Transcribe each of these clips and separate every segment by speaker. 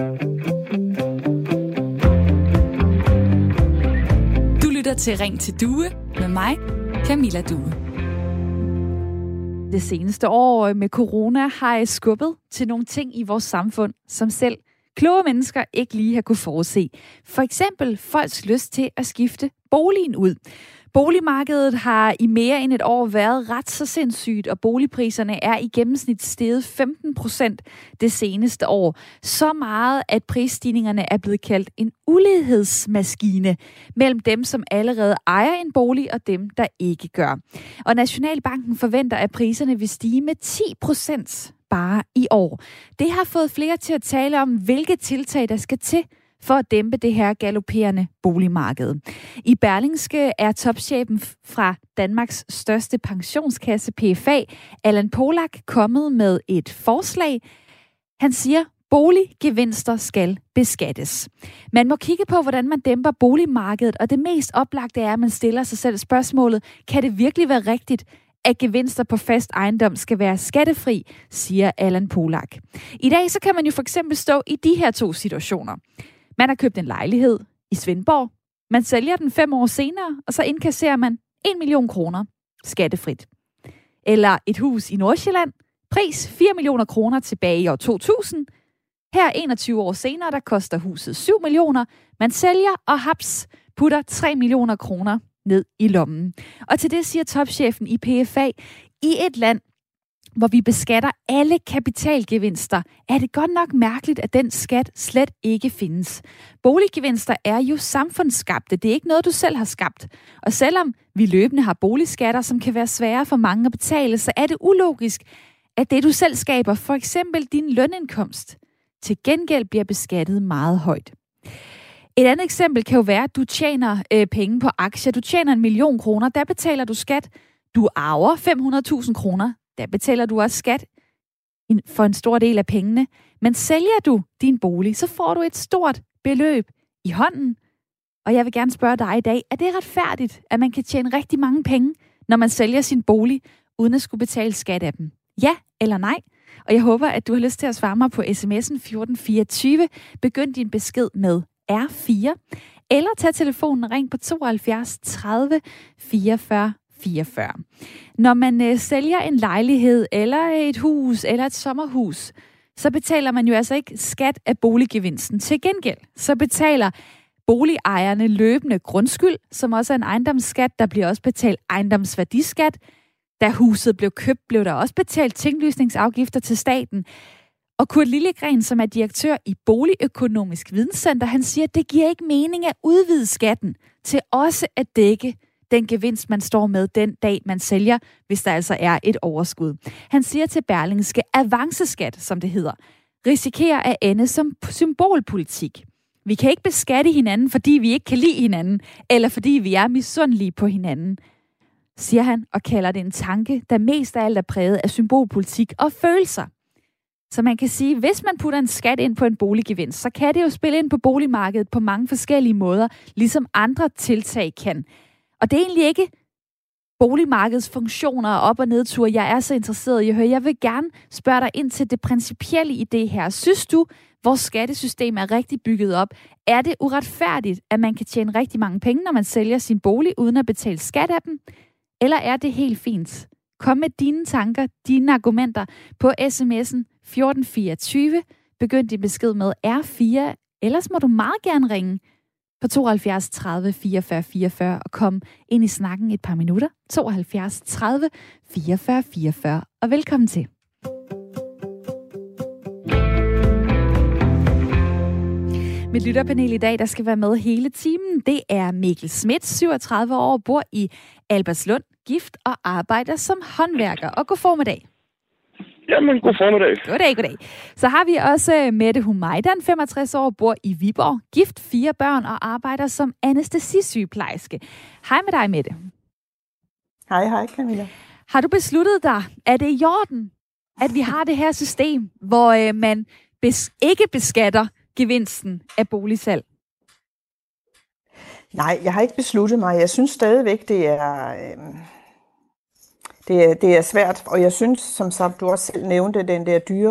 Speaker 1: Du lytter til Ring til Due med mig, Camilla Due. Det seneste år med corona har jeg skubbet til nogle ting i vores samfund, som selv kloge mennesker ikke lige har kunne forudse. For eksempel folks lyst til at skifte boligen ud. Boligmarkedet har i mere end et år været ret så sindssygt, og boligpriserne er i gennemsnit steget 15% det seneste år. Så meget, at prisstigningerne er blevet kaldt en ulighedsmaskine mellem dem, som allerede ejer en bolig, og dem, der ikke gør. Og Nationalbanken forventer, at priserne vil stige med 10% bare i år. Det har fået flere til at tale om, hvilke tiltag der skal til for at dæmpe det her galopperende boligmarked. I Berlingske er topchefen fra Danmarks største pensionskasse, PFA, Allan Polak, kommet med et forslag. Han siger, boliggevinster skal beskattes. Man må kigge på, hvordan man dæmper boligmarkedet, og det mest oplagte er, at man stiller sig selv spørgsmålet, kan det virkelig være rigtigt, at gevinster på fast ejendom skal være skattefri, siger Allan Polak. I dag så kan man jo for eksempel stå i de her to situationer. Man har købt en lejlighed i Svendborg. Man sælger den 5 år senere, og så indkasserer man 1 million kroner skattefrit. Eller et hus i Nordsjælland. Pris 4 millioner kroner tilbage i år 2000. Her 21 år senere, der koster huset 7 millioner. Man sælger og haps putter 3 millioner kroner ned i lommen. Og til det siger topchefen i PFA, i et land, hvor vi beskatter alle kapitalgevinster, er det godt nok mærkeligt, at den skat slet ikke findes. Boliggevinster er jo samfundsskabte. Det er ikke noget, du selv har skabt. Og selvom vi løbende har boligskatter, som kan være svære for mange at betale, så er det ulogisk, at det, du selv skaber, for eksempel din lønindkomst, til gengæld bliver beskattet meget højt. Et andet eksempel kan jo være, at du tjener penge på aktier. Du tjener 1 million kroner, der betaler du skat. Du arver 500.000 kroner. Der betaler du også skat for en stor del af pengene. Men sælger du din bolig, så får du et stort beløb i hånden. Og jeg vil gerne spørge dig i dag, er det retfærdigt, at man kan tjene rigtig mange penge, når man sælger sin bolig, uden at skulle betale skat af dem? Ja eller nej? Og jeg håber, at du har lyst til at svare mig på sms'en 1424. Begynd din besked med R4. Eller tag telefonen og ring på 72 30 44 44. Når man sælger en lejlighed, eller et hus, eller et sommerhus, så betaler man jo altså ikke skat af boliggevinsten. Til gengæld, så betaler boligejerne løbende grundskyld, som også er en ejendomsskat. Der bliver også betalt ejendomsværdiskat. Da huset blev købt, blev der også betalt tinglysningsafgifter til staten. Og Kurt Lillegren, som er direktør i Boligøkonomisk Videnscenter, han siger, at det giver ikke mening at udvide skatten til også at dække den gevinst, man står med den dag, man sælger, hvis der altså er et overskud. Han siger til Berlingske, avanceskat, som det hedder, risikerer at ende som symbolpolitik. Vi kan ikke beskatte hinanden, fordi vi ikke kan lide hinanden, eller fordi vi er misundelige på hinanden, siger han, og kalder det en tanke, der mest af alt er præget af symbolpolitik og følelser. Så man kan sige, hvis man putter en skat ind på en boliggevinst, så kan det jo spille ind på boligmarkedet på mange forskellige måder, ligesom andre tiltag kan. Og det er egentlig ikke boligmarkedets funktioner og op- og nedtur, jeg er så interesseret i at høre. Jeg vil gerne spørge dig ind til det principielle i det her. Synes du, vores skattesystem er rigtig bygget op? Er det uretfærdigt, at man kan tjene rigtig mange penge, når man sælger sin bolig, uden at betale skat af dem? Eller er det helt fint? Kom med dine tanker, dine argumenter på sms'en 1424. Begynd din besked med R4. Ellers må du meget gerne ringe på 72 30 44 44 og kom ind i snakken et par minutter. 72 30 44 44. Og velkommen til. Mit lytterpanel i dag, der skal være med hele timen, det er Mikkel Schmidt, 37 år, bor i Albertslund, gift og arbejder som håndværker. Og god formiddag.
Speaker 2: Jamen, god formiddag.
Speaker 1: Goddag. Så har vi også Mette Humaydan, 65 år, bor i Viborg, gift, 4 børn og arbejder som anæstesisygeplejerske. Hej med dig, Mette.
Speaker 3: Hej Camilla.
Speaker 1: Har du besluttet dig, at det er i orden, at vi har det her system, hvor man ikke beskatter gevinsten af boligsalg?
Speaker 3: Nej, jeg har ikke besluttet mig. Jeg synes stadigvæk, det er svært, og jeg synes, som sagt, du også selv nævnte, den der dyre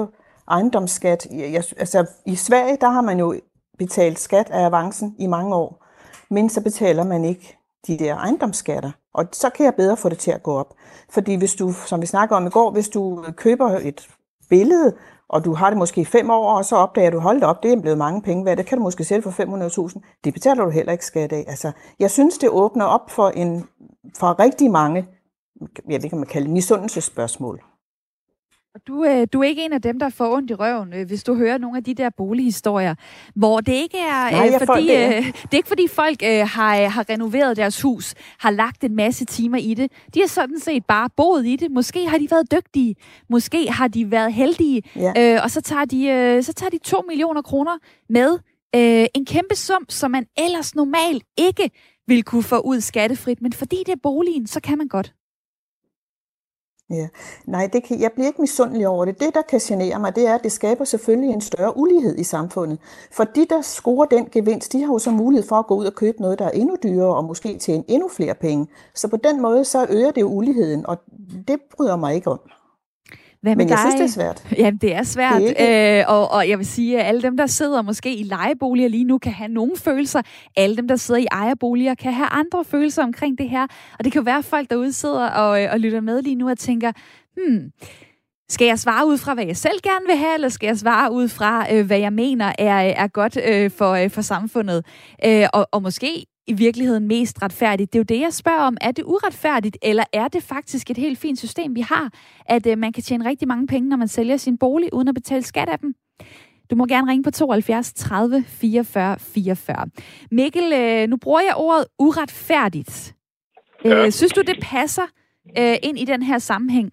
Speaker 3: ejendomsskat. Altså, i Sverige, der har man jo betalt skat af avancen i mange år, men så betaler man ikke de der ejendomsskatter. Og så kan jeg bedre få det til at gå op. Fordi hvis du, som vi snakker om i går, hvis du køber et billede, og du har det måske i 5 år, og så opdager du, hold op, det er blevet mange penge værd, det kan du måske sælge for 500.000. Det betaler du heller ikke skat af. Altså, jeg synes, det åbner op for rigtig mange, jeg ved ikke, om man kalder det misundelsesspørgsmål.
Speaker 1: Du er ikke en af dem, der får ondt i røven, hvis du hører nogle af de der bolighistorier, hvor det ikke er, det er ikke fordi folk har renoveret deres hus, har lagt en masse timer i det. De har sådan set bare boet i det. Måske har de været dygtige, måske har de været heldige, og så tager de 2 millioner kroner med. En kæmpe sum, som man ellers normalt ikke ville kunne få ud skattefrit, men fordi det er boligen, så kan man godt.
Speaker 3: Ja, nej, jeg bliver ikke misundelig over det. Det, der kan genere mig, det er, at det skaber selvfølgelig en større ulighed i samfundet. For de, der scorer den gevinst, de har jo så mulighed for at gå ud og købe noget, der er endnu dyrere, og måske tjene endnu flere penge. Så på den måde, så øger det jo uligheden, og det bryder mig ikke om. Men jeg synes, det er svært.
Speaker 1: Jamen, det er svært. Og jeg vil sige, at alle dem, der sidder måske i lejeboliger lige nu, kan have nogle følelser. Alle dem, der sidder i ejerboliger, kan have andre følelser omkring det her. Og det kan jo være, at folk derude sidder og lytter med lige nu og tænker, skal jeg svare ud fra, hvad jeg selv gerne vil have, eller skal jeg svare ud fra, hvad jeg mener er godt for samfundet? Og måske i virkeligheden mest retfærdigt. Det er jo det, jeg spørger om. Er det uretfærdigt, eller er det faktisk et helt fint system, vi har, at man kan tjene rigtig mange penge, når man sælger sin bolig, uden at betale skat af dem? Du må gerne ringe på 72 30 44 44. Mikkel, nu bruger jeg ordet uretfærdigt. Ja. Synes du, det passer ind i den her sammenhæng?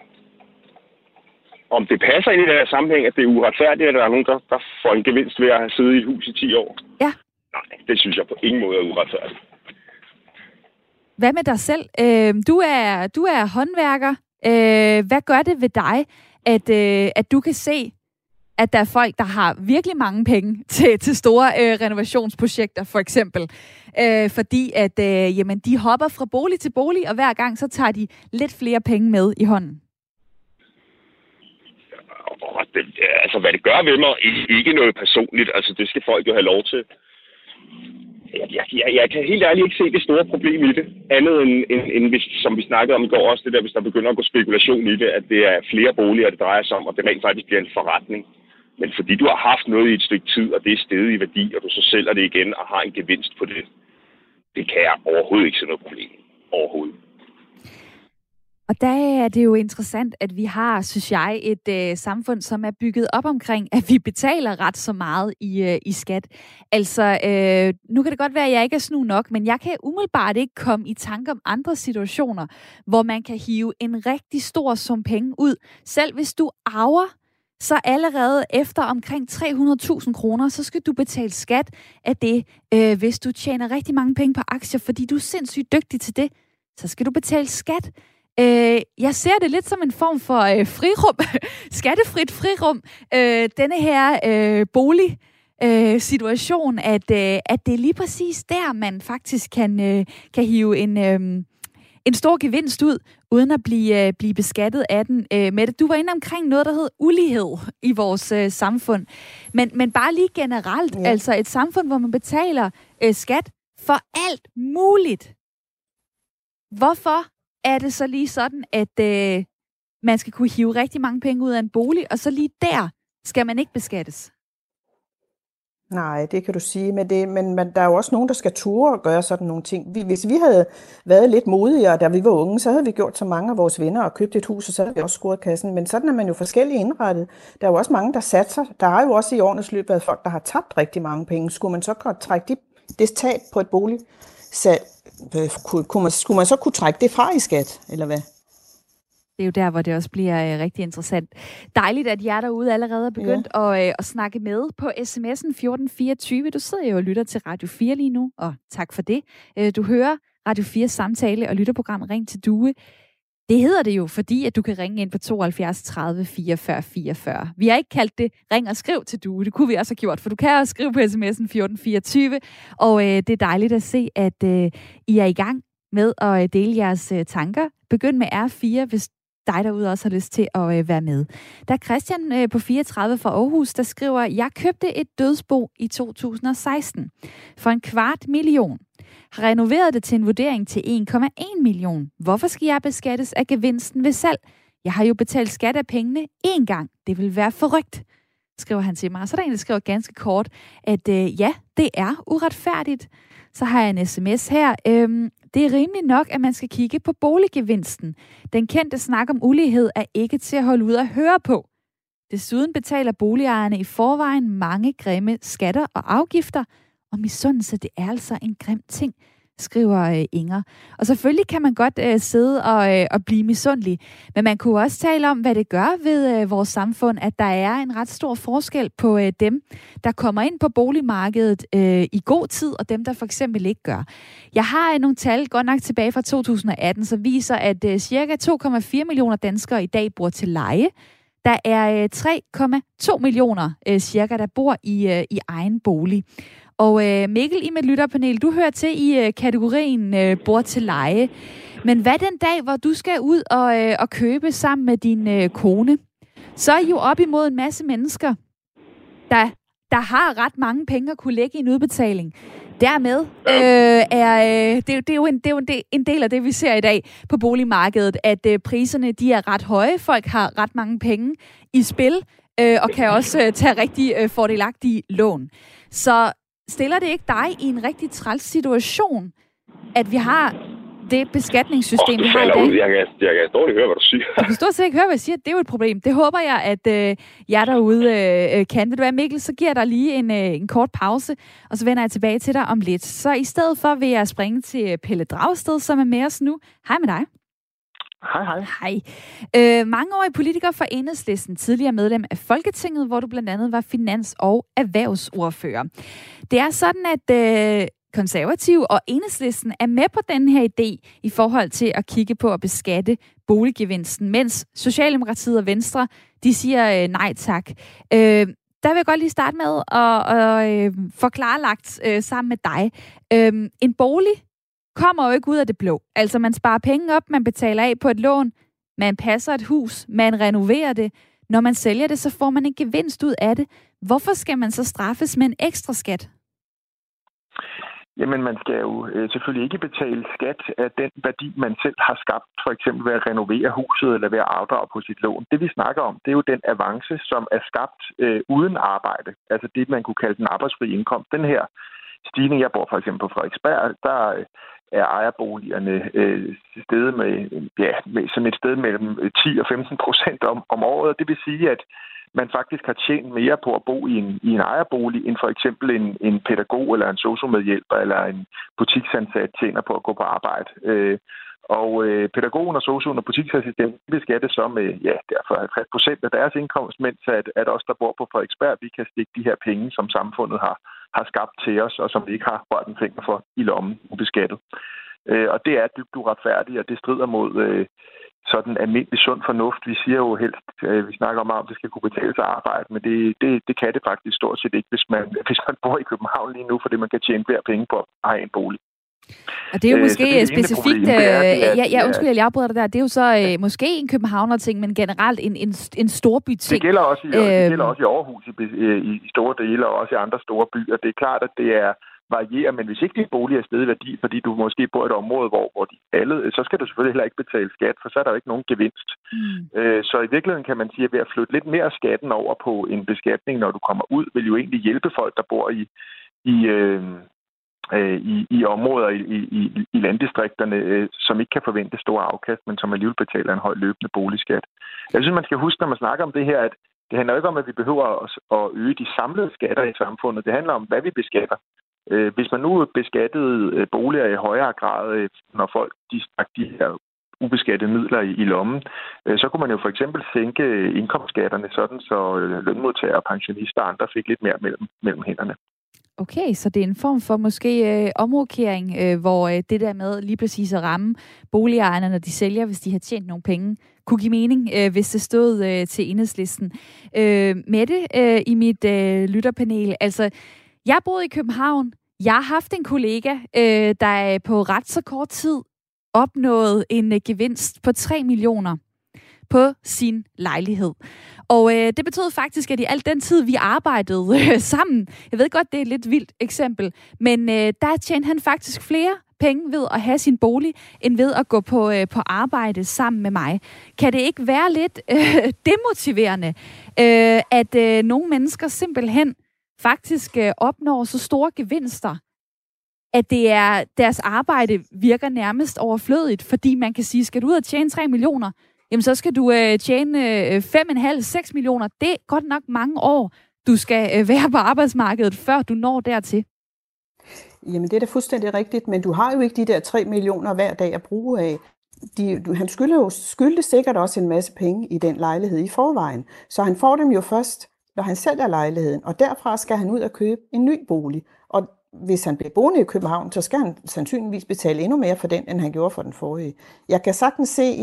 Speaker 2: Om det passer ind i den her sammenhæng, at det er uretfærdigt, at der er nogen, der får en gevinst ved at have siddet i et hus i 10 år? Ja. Nej, det synes jeg på ingen måde er uretfærdigt.
Speaker 1: Hvad med dig selv? Du er håndværker. Hvad gør det ved dig, at du kan se, at der er folk, der har virkelig mange penge til store renovationsprojekter, for eksempel? Fordi at jamen, de hopper fra bolig til bolig, og hver gang så tager de lidt flere penge med i hånden.
Speaker 2: Altså, hvad det gør ved mig, ikke noget personligt. Altså, det skal folk jo have lov til. Jeg kan helt ærligt ikke se det store problem i det. Andet end hvis, som vi snakkede om i går også, det der, hvis der begynder at gå spekulation i det, at det er flere boliger, det drejer sig om, og det rent faktisk bliver en forretning. Men fordi du har haft noget i et stykke tid, og det er steget i værdi, og du så sælger det igen og har en gevinst på det, det kan jeg overhovedet ikke se noget problem. Overhovedet.
Speaker 1: Og der er det jo interessant, at vi har, synes jeg, et samfund, som er bygget op omkring, at vi betaler ret så meget i skat. Altså, nu kan det godt være, at jeg ikke er snu nok, men jeg kan umiddelbart ikke komme i tanke om andre situationer, hvor man kan hive en rigtig stor sum penge ud. Selv hvis du arver, så allerede efter omkring 300.000 kroner, så skal du betale skat af det. Hvis du tjener rigtig mange penge på aktier, fordi du er sindssygt dygtig til det, så skal du betale skat. Jeg ser det lidt som en form for frirum, skattefrit frirum, denne her boligsituation, at det er lige præcis der, man faktisk kan hive en stor gevinst ud, uden at blive beskattet af den. Mette, du var inde omkring noget, der hed ulighed i vores samfund. Men bare lige generelt, altså et samfund, hvor man betaler skat for alt muligt. Hvorfor er det så lige sådan, at man skal kunne hive rigtig mange penge ud af en bolig, og så lige der skal man ikke beskattes?
Speaker 3: Nej, det kan du sige, men der er jo også nogen, der skal ture og gøre sådan nogle ting. Hvis vi havde været lidt modigere, da vi var unge, så havde vi gjort så mange af vores venner og købt et hus, og så havde vi også scoret kassen. Men sådan er man jo forskellige indrettet. Der er jo også mange, der satser. Der har jo også i årenes løb været folk, der har tabt rigtig mange penge. Skulle man så godt trække det tab på et boligsalg? Skulle man så kunne trække det fra i skat, eller hvad?
Speaker 1: Det er jo der, hvor det også bliver rigtig interessant. Dejligt, at jer derude allerede er begyndt at snakke med på sms'en 1424. Du sidder jo og lytter til Radio 4 lige nu, og tak for det. Du hører Radio 4 samtale og lytterprogrammet Ring til Due. Det hedder det jo, fordi at du kan ringe ind på 72 30 44 44. Vi har ikke kaldt det ring og skriv til Due. Det kunne vi også have gjort, for du kan også skrive på sms'en 1424. Og det er dejligt at se, at I er i gang med at dele jeres tanker. Begynd med R4, hvis dig derude også har lyst til at være med. Der er Christian på 34 fra Aarhus, der skriver, jeg købte et dødsbo i 2016 for 250.000. Har renoveret det til en vurdering til 1,1 million. Hvorfor skal jeg beskattes af gevinsten ved salg? Jeg har jo betalt skat af pengene én gang. Det vil være forrygt, skriver han til mig. Så der en, der skriver ganske kort, at ja, det er uretfærdigt. Så har jeg en sms her. Det er rimeligt nok, at man skal kigge på boliggevinsten. Den kendte snak om ulighed er ikke til at holde ud at høre på. Desuden betaler boligejerne i forvejen mange grimme skatter og afgifter, og misundelse, det er altså en grim ting, skriver Inger. Og selvfølgelig kan man godt sidde og blive misundelig, men man kunne også tale om, hvad det gør ved vores samfund, at der er en ret stor forskel på dem, der kommer ind på boligmarkedet i god tid, og dem, der for eksempel ikke gør. Jeg har nogle tal, godt nok tilbage fra 2018, som viser, at cirka 2,4 millioner danskere i dag bor til leje. Der er 3,2 millioner cirka, der bor i egen bolig. Og Mikkel i mit lytterpanel, du hører til i kategorien bor til leje. Men hvad den dag, hvor du skal ud og købe sammen med din kone, så er I jo op imod en masse mennesker, der har ret mange penge at kunne lægge i en udbetaling. Dermed det er jo en del af det, vi ser i dag på boligmarkedet, at priserne de er ret høje. Folk har ret mange penge i spil og kan også tage rigtig fordelagtige lån. Så stiller det ikke dig i en rigtig træls situation, at vi har det beskatningssystem, vi har i dag?
Speaker 2: Jeg kan dårligt høre, hvad du siger.
Speaker 1: Du kan stort set ikke høre, hvad jeg siger. Det er jo et problem. Det håber jeg, at jer derude kan. Vil du være, Mikkel, så giver jeg dig lige en kort pause, og så vender jeg tilbage til dig om lidt. Så i stedet for vil jeg springe til Pelle Dragsted, som er med os nu. Hej med dig.
Speaker 4: Hej.
Speaker 1: Hej. Mangeårig politiker for Enhedslisten, tidligere medlem af Folketinget, hvor du blandt andet var finans- og erhvervsordfører. Det er sådan, at Konservative og Enhedslisten er med på den her idé i forhold til at kigge på at beskatte boliggevinsten, mens Socialdemokratiet og Venstre, de siger nej tak. Der vil jeg godt lige starte med at få klarlagt sammen med dig. En bolig kommer jo ikke ud af det blå. Altså, man sparer penge op, man betaler af på et lån, man passer et hus, man renoverer det. Når man sælger det, så får man en gevinst ud af det. Hvorfor skal man så straffes med en ekstra skat?
Speaker 4: Jamen, man skal jo selvfølgelig ikke betale skat af den værdi, man selv har skabt, for eksempel ved at renovere huset eller ved at afdrage på sit lån. Det, vi snakker om, det er jo den avance, som er skabt uden arbejde. Altså det, man kunne kalde den arbejdsfri indkomst. Den her stigning, jeg bor for eksempel på Frederiksberg, der er ejerboligerne steget med sådan et sted mellem 10 og 15% om året. Det vil sige, at man faktisk har tjent mere på at bo i en ejerbolig, end for eksempel en pædagog eller en sosu-medhjælper eller en butiksansat tjener på at gå på arbejde. Og pædagogen og sosu'en og butiksassistenten beskattes så med derfor 50% af deres indkomst, mens at os, der bor på Frederiksberg, vi kan stikke de her penge, som samfundet har skabt til os, og som vi ikke har rørt en finger for i lommen ubeskattet. Og det er dybt uretfærdigt, og det strider mod sådan almindelig sund fornuft. Vi siger jo helst, vi snakker om, at det skal kunne betale sig at arbejde, men det kan det faktisk stort set ikke, hvis man bor i København lige nu, fordi man kan tjene flere penge på at have en bolig.
Speaker 1: Og det er jo måske det specifikt, undskyld, jeg afbryder dig der, det er jo så måske en københavner-ting, men generelt en storby-ting.
Speaker 4: Det gælder også i Aarhus, i store dele, og også i andre store byer. Det er klart, at det er varierer, men hvis ikke din bolig er steget i værdi, fordi du måske bor i et område, hvor de alle, så skal du selvfølgelig heller ikke betale skat, for så er der jo ikke nogen gevinst. Så i virkeligheden kan man sige, at ved at flytte lidt mere skatten over på en beskatning, når du kommer ud, vil jo egentlig hjælpe folk, der bor i områder i landdistrikterne, som ikke kan forvente store afkast, men som alligevel betaler en høj løbende boligskat. Jeg synes, man skal huske, når man snakker om det her, at det handler ikke om, at vi behøver at øge de samlede skatter i samfundet. Det handler om, hvad vi beskatter. Hvis man nu beskattede boliger i højere grad, når folk de her ubeskattede midler i lommen, så kunne man jo for eksempel sænke indkomstskatterne sådan, så lønmodtagere, pensionister og andre fik lidt mere mellem hænderne. Okay,
Speaker 1: så det er en form for måske omrokering, hvor det der med lige præcis at ramme boligejerne, når de sælger, hvis de har tjent nogle penge, kunne give mening, hvis det stod til Enhedslisten. Mette i mit lytterpanel, altså jeg boede i København. Jeg har haft en kollega, der på ret så kort tid opnåede en gevinst på 3 millioner på sin lejlighed. Og det betød faktisk, at i al den tid, vi arbejdede sammen, jeg ved godt, det er et lidt vildt eksempel, men der tjente han faktisk flere penge ved at have sin bolig, end ved at gå på arbejde sammen med mig. Kan det ikke være lidt demotiverende, at nogle mennesker simpelthen faktisk opnår så store gevinster, at det er deres arbejde virker nærmest overflødigt, fordi man kan sige, skal du ud og tjene 3 millioner, jamen så skal du tjene 5,5-6 millioner. Det er godt nok mange år, du skal være på arbejdsmarkedet, før du når dertil.
Speaker 3: Jamen det er da fuldstændig rigtigt, men du har jo ikke de der 3 millioner hver dag at bruge af. Han skyldte sikkert også en masse penge i den lejlighed i forvejen, så han får dem jo først, når han sælger lejligheden, og derfra skal han ud og købe en ny bolig. Og hvis han bliver boende i København, så skal han sandsynligvis betale endnu mere for den, end han gjorde for den forrige. Jeg kan sagtens se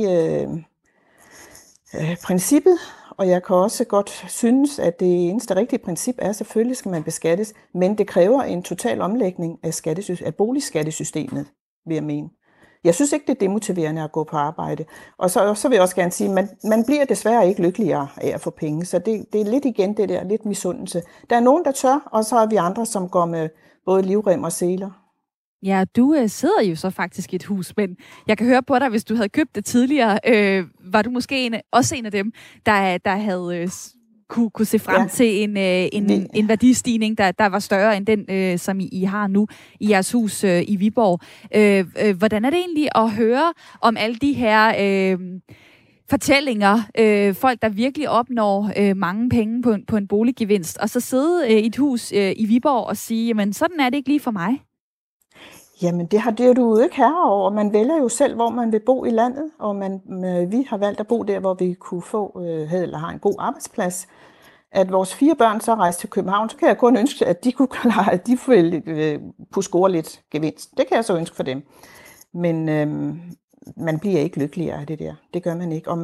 Speaker 3: princippet, og jeg kan også godt synes, at det eneste rigtige princip er, selvfølgelig skal man beskattes, men det kræver en total omlægning af boligskattesystemet, vil jeg mene. Jeg synes ikke, det er demotiverende at gå på arbejde. Og så vil jeg også gerne sige, at man bliver desværre ikke lykkeligere af at få penge. Så det er lidt igen det der, lidt misundelse. Der er nogen, der tør, og så er vi andre, som går med både livrem og seler.
Speaker 1: Ja, du sidder jo så faktisk i et hus, men jeg kan høre på dig, hvis du havde købt det tidligere, var du måske også en af dem, der havde kunne se frem til en værdistigning, der var større end den, som I har nu i jeres hus i Viborg. Hvordan er det egentlig at høre om alle de her fortællinger, folk, der virkelig opnår mange penge på en boliggevinst, og så sidde i et hus i Viborg og sige, jamen sådan er det ikke lige for mig?
Speaker 3: Jamen det er du jo ikke herre over. Man vælger jo selv, hvor man vil bo i landet, og vi har valgt at bo der, hvor vi kunne have en god arbejdsplads. At vores 4 børn så rejste til København, så kan jeg kun ønske, at de kunne score lidt gevinst. Det kan jeg så ønske for dem. Men man bliver ikke lykkeligere af det der. Det gør man ikke.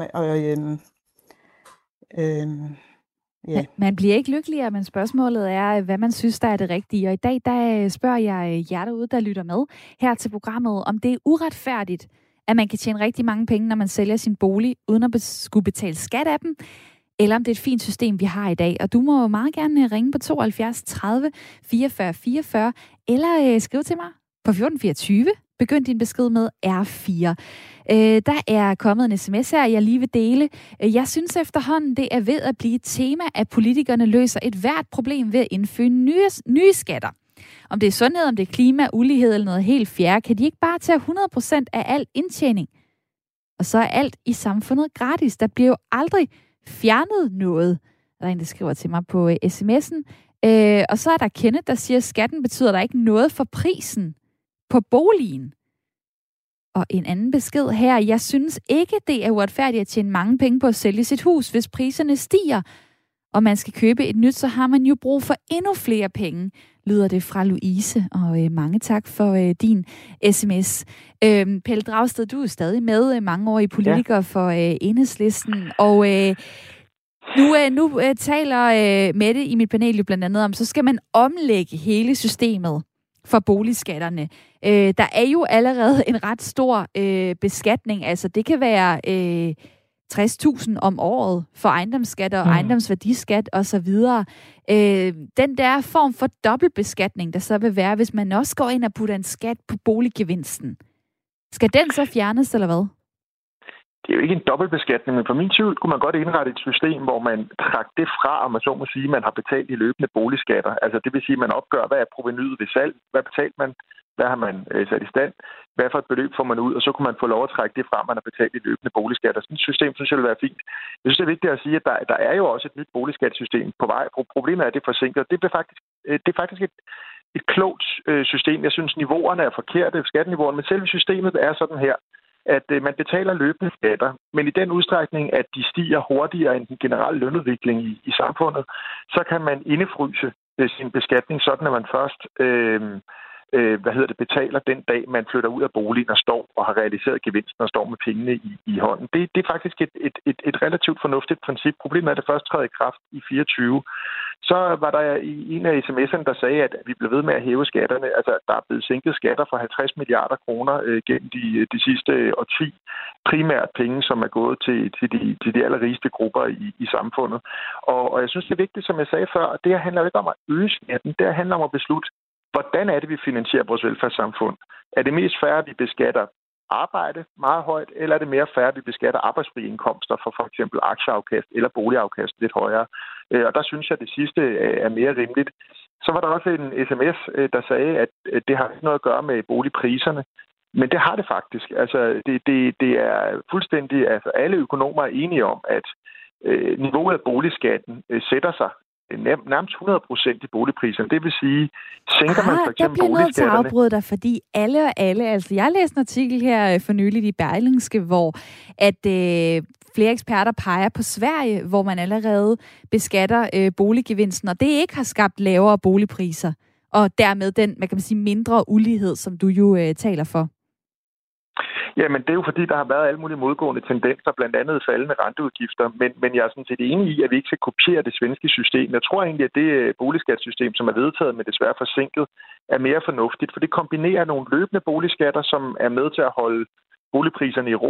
Speaker 1: Man bliver ikke lykkeligere, men spørgsmålet er, hvad man synes, der er det rigtige. Og i dag, der spørger jeg jer derude, der lytter med her til programmet, om det er uretfærdigt, at man kan tjene rigtig mange penge, når man sælger sin bolig, uden at skulle betale skat af dem, eller om det er et fint system, vi har i dag. Og du må meget gerne ringe på 72 30 44 44, eller skrive til mig på 1424. Begynd din besked med R4. Der er kommet en sms her, jeg lige vil dele. Jeg synes efterhånden, det er ved at blive et tema, at politikerne løser et hvert problem ved at indføre nye skatter. Om det er sundhed, om det er klima, ulighed eller noget helt fjerde, kan de ikke bare tage 100% af al indtjening? Og så er alt i samfundet gratis. Der bliver jo aldrig fjernet noget. Der er en, der skriver til mig på sms'en. Og så er der Kenneth, der siger, at skatten betyder der ikke noget for prisen på boligen. Og en anden besked her. Jeg synes ikke, det er uretfærdigt at tjene mange penge på at sælge sit hus. Hvis priserne stiger, og man skal købe et nyt, så har man jo brug for endnu flere penge, lyder det fra Louise. Og mange tak for din sms. Pelle Dragsted, du er stadig med, mangeårig politiker for Enhedslisten. Og nu taler Mette i mit panel jo blandt andet om, så skal man omlægge hele systemet for boligskatterne. Der er jo allerede en ret stor beskatning. Altså det kan være 60.000 om året for ejendomsskat og ejendomsværdiskat osv. Den der form for dobbeltbeskatning, der så vil være, hvis man også går ind og putter en skat på boliggevinsten. Skal den så fjernes, eller hvad?
Speaker 4: Det er jo ikke en dobbeltbeskatning, men for min tvivl kunne man godt indrette et system, hvor man trækker det fra, om man så må sige, man har betalt i løbende boligskatter. Altså det vil sige, at man opgør, hvad er provenuet ved salg, hvad betalte man, hvad har man sat i stand, hvad for et beløb får man ud, og så kunne man få lov at trække det fra, man har betalt i løbende boligskatter. Sådan et system synes jeg vil være fint. Jeg synes, det er vigtigt at sige, at der er jo også et nyt boligskattesystem på vej. Problemet er, at det er forsinket. Det er faktisk et klogt system. Jeg synes, niveauerne er forkerte, skatniveauerne, men selve systemet er sådan her, at man betaler løbende skatter, men i den udstrækning, at de stiger hurtigere end den generelle lønudvikling i samfundet, så kan man indefryse sin beskatning, sådan at man først betaler den dag, man flytter ud af boligen og står og har realiseret gevinsten og står med pengene i hånden. Det er faktisk et relativt fornuftigt princip. Problemet er, at det først træder i kraft i 24. Så var der en af sms'erne, der sagde, at vi blev ved med at hæve skatterne. Altså, der er blevet sænket skatter for 50 milliarder kroner gennem de sidste årti. Primært penge, som er gået til de allerrigeste grupper i samfundet. Og jeg synes, det er vigtigt, som jeg sagde før, at det her handler ikke om at øge skatten. Det her handler om at beslutte, hvordan er det, vi finansierer vores velfærdssamfund? Er det mest fair, at vi beskatter arbejde meget højt, eller er det mere fair, at vi beskatter arbejdsfrie indkomster for eksempel aktieafkast eller boligafkast lidt højere? Og der synes jeg, at det sidste er mere rimeligt. Så var der også en sms, der sagde, at det har ikke noget at gøre med boligpriserne. Men det har det faktisk. Altså, det er fuldstændig... Altså, alle økonomer er enige om, at niveauet af boligskatten sætter sig nærmest 100% i boligpriserne. Det vil sige, sænker man for eksempel boligskatterne... Jeg bliver nødt til at afbryde
Speaker 1: dig, fordi alle... Altså, jeg læste en artikel her for nylig i Berlingske, hvor at flere eksperter peger på Sverige, hvor man allerede beskatter boliggevinsten, og det ikke har skabt lavere boligpriser, og dermed den, man kan sige, mindre ulighed, som du jo taler for.
Speaker 4: Jamen, det er jo fordi, der har været alle mulige modgående tendenser, blandt andet faldende renteudgifter, men jeg er sådan set enig i, at vi ikke skal kopiere det svenske system. Jeg tror egentlig, at det boligskattesystem, som er vedtaget, men desværre forsinket, er mere fornuftigt, for det kombinerer nogle løbende boligskatter, som er med til at holde boligpriserne i ro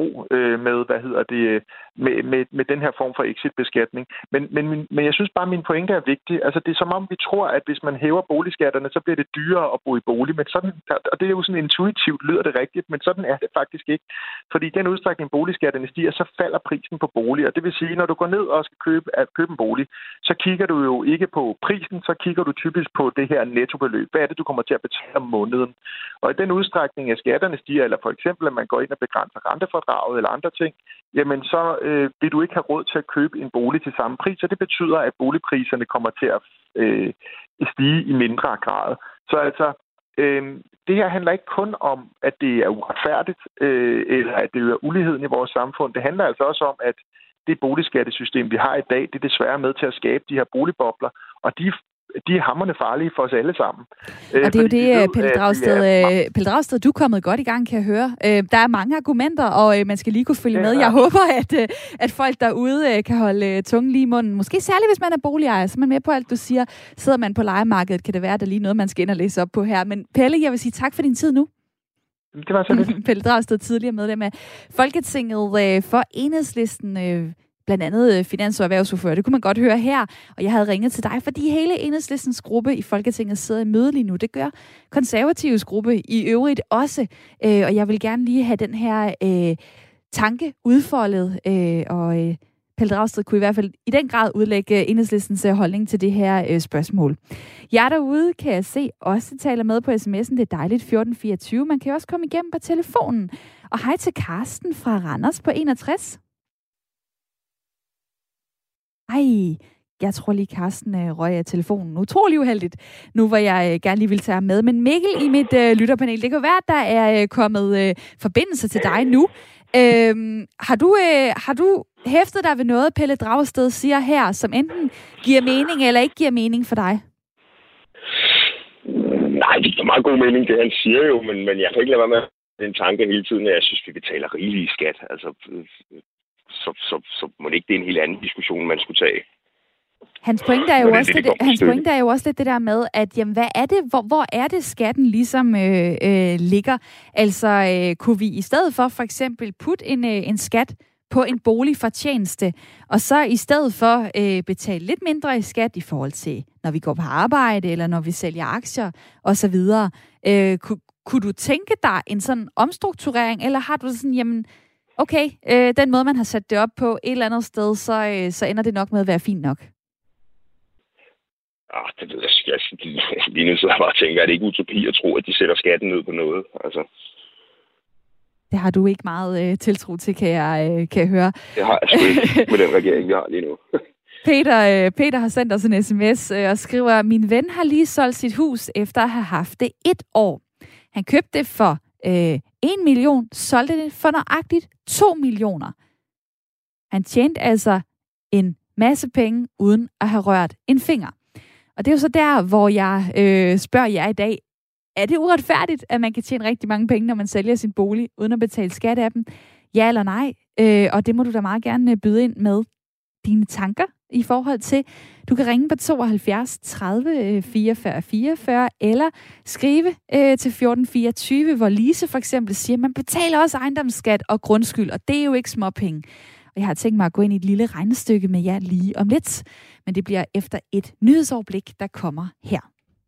Speaker 4: med den her form for exit-beskatning. Men jeg synes bare, at min pointe er vigtig. Altså, det er som om, vi tror, at hvis man hæver boligskatterne, så bliver det dyrere at bo i bolig. Men sådan, og det er jo sådan intuitivt, lyder det rigtigt, men sådan er det faktisk ikke. Fordi i den udstrækning, boligskatterne stiger, så falder prisen på bolig. Og det vil sige, når du går ned og skal købe en bolig, så kigger du jo ikke på prisen, så kigger du typisk på det her nettobeløb. Hvad er det, du kommer til at betale om måneden? Og i den udstrækning, at skatterne stiger, eller for eksempel, at man går ind og begrænser rentefordraget eller andre ting, jamen så vil du ikke have råd til at købe en bolig til samme pris, og det betyder, at boligpriserne kommer til at stige i mindre grad. Så altså, det her handler ikke kun om, at det er uretfærdigt, eller at det øger uligheden i vores samfund. Det handler altså også om, at det boligskattesystem, vi har i dag, det er desværre med til at skabe de her boligbobler, og de er hamrende farlige for os alle sammen.
Speaker 1: Og det er jo det, Pelle Dragsted, du er kommet godt i gang, kan jeg høre. Der er mange argumenter, og man skal lige kunne følge med. Jeg håber, at folk derude kan holde tungen lige i munden. Måske særligt, hvis man er boligejer, så er man med på alt, du siger. Sidder man på lejemarkedet, kan det være, at der er lige noget, man skal ind og læse op på her. Men Pelle, jeg vil sige tak for din tid nu.
Speaker 4: Det var så lidt.
Speaker 1: Pelle Dragsted, tidligere medlem af Folketinget for Enhedslisten, blandt andet finans- og erhvervsordfører. Det kunne man godt høre her. Og jeg havde ringet til dig, fordi hele Enhedslistens gruppe i Folketinget sidder i møde lige nu. Det gør Konservatives gruppe i øvrigt også. Og jeg vil gerne lige have den her tanke udfoldet. Pelle Dragsted kunne i hvert fald i den grad udlægge Enhedslistens holdning til det her spørgsmål. Jeg derude, kan jeg se, også taler med på sms'en. Det er dejligt, 1424. Man kan også komme igennem på telefonen. Og hej til Karsten fra Randers på 61. Ej, jeg tror lige, Karsten røg af telefonen. Utrolig uheldigt, nu hvor jeg gerne lige vil tage ham med. Men Mikkel i mit lytterpanel, det kan være, at der er kommet forbindelse til dig nu. Har du hæftet dig ved noget, Pelle Dragsted siger her, som enten giver mening eller ikke giver mening for dig?
Speaker 2: Nej, det giver meget god mening, det han siger jo, men jeg kan ikke lade være med den tanke hele tiden, at jeg synes, vi betaler rigeligt i skat. Altså, så må det ikke, det er en helt anden diskussion, man skulle tage.
Speaker 1: Hans pointe er jo også lidt det der med, at jamen, hvad er det, hvor er det skatten ligesom ligger? Altså, kunne vi i stedet for eksempel putte en skat på en boligfortjeneste, og så i stedet for betale lidt mindre i skat i forhold til, når vi går på arbejde, eller når vi sælger aktier osv. Kunne du tænke dig en sådan omstrukturering, eller har du sådan, jamen, okay, den måde, man har sat det op på et eller andet sted, så ender det nok med at være fint nok?
Speaker 2: Det ved jeg. Lige nu så jeg bare tænker, at det ikke er utopi at tro, at de sætter skatten ned på noget. Altså.
Speaker 1: Det har du ikke meget tiltro til, kan jeg høre.
Speaker 2: Det har jeg sgu ikke med den regering, vi har lige nu.
Speaker 1: Peter har sendt os en sms og skriver, min ven har lige solgt sit hus efter at have haft det 1 år. Han købte det for 1 million, solgte det for nøjagtigt 2 millioner. Han tjente altså en masse penge, uden at have rørt en finger. Og det er jo så der, hvor jeg spørger jer i dag, Er det uretfærdigt, at man kan tjene rigtig mange penge, når man sælger sin bolig, uden at betale skat af dem? Ja eller nej? Og det må du da meget gerne byde ind med dine tanker i forhold til. Du kan ringe på 72 30 44 44, eller skrive til 1424, hvor Lise for eksempel siger, man betaler også ejendomsskat og grundskyld, og det er jo ikke småpenge. Og jeg har tænkt mig at gå ind i et lille regnestykke med jer lige om lidt, men det bliver efter et nyhedsoverblik, der kommer her.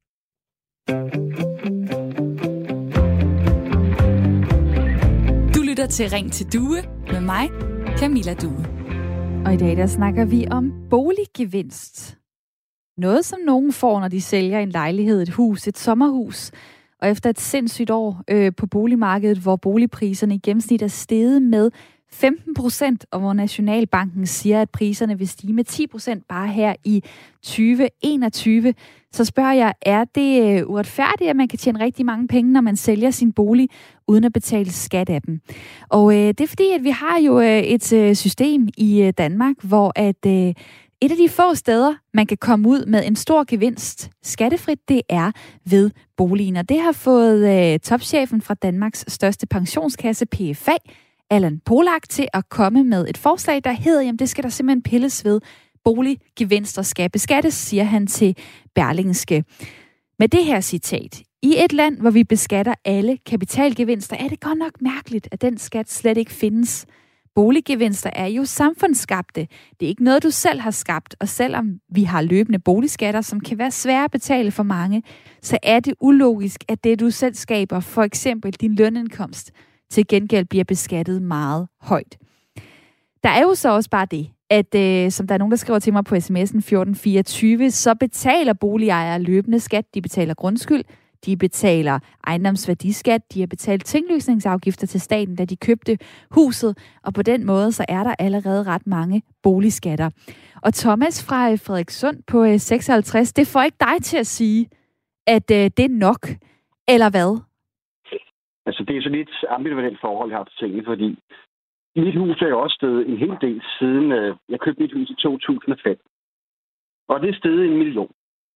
Speaker 1: Du lytter til Ring til Due med mig, Camilla Due. Og i dag der snakker vi om boliggevinst. Noget, som nogen får, når de sælger en lejlighed, et hus, et sommerhus. Og efter et sindssygt år på boligmarkedet, hvor boligpriserne i gennemsnit er steget med 15%, og hvor Nationalbanken siger, at priserne vil stige med 10% bare her i 2021, så spørger jeg, er det uretfærdigt, at man kan tjene rigtig mange penge, når man sælger sin bolig, uden at betale skat af dem? Og det er fordi, at vi har jo et system i Danmark, hvor at et af de få steder, man kan komme ud med en stor gevinst skattefrit, det er ved boligen. Og det har fået topchefen fra Danmarks største pensionskasse, PFA, Allan Polak, til at komme med et forslag, der hedder, jamen det skal der simpelthen pilles ved. Boliggevinster skal beskattes, siger han til Berlingske. Med det her citat: i et land, hvor vi beskatter alle kapitalgevinster, er det godt nok mærkeligt, at den skat slet ikke findes. Boliggevinster er jo samfundsskabte. Det er ikke noget, du selv har skabt, og selvom vi har løbende boligskatter, som kan være svære at betale for mange, så er det ulogisk, at det, du selv skaber, for eksempel din lønindkomst, til gengæld bliver beskattet meget højt. Der er jo så også bare det, at som der er nogen, der skriver til mig på sms'en 1424, så betaler boligejere løbende skat, de betaler grundskyld, de betaler ejendomsværdiskat, de har betalt tinglysningsafgifter til staten, da de købte huset, og på den måde så er der allerede ret mange boligskatter. Og Thomas fra Frederikssund på 56, det får ikke dig til at sige, at det er nok, eller hvad?
Speaker 5: Altså, det er så lidt ambivalent forhold, jeg har til tingene, fordi mit hus er jo også steget en hel del siden jeg købte mit hus i 2005. Og det er steget 1 million.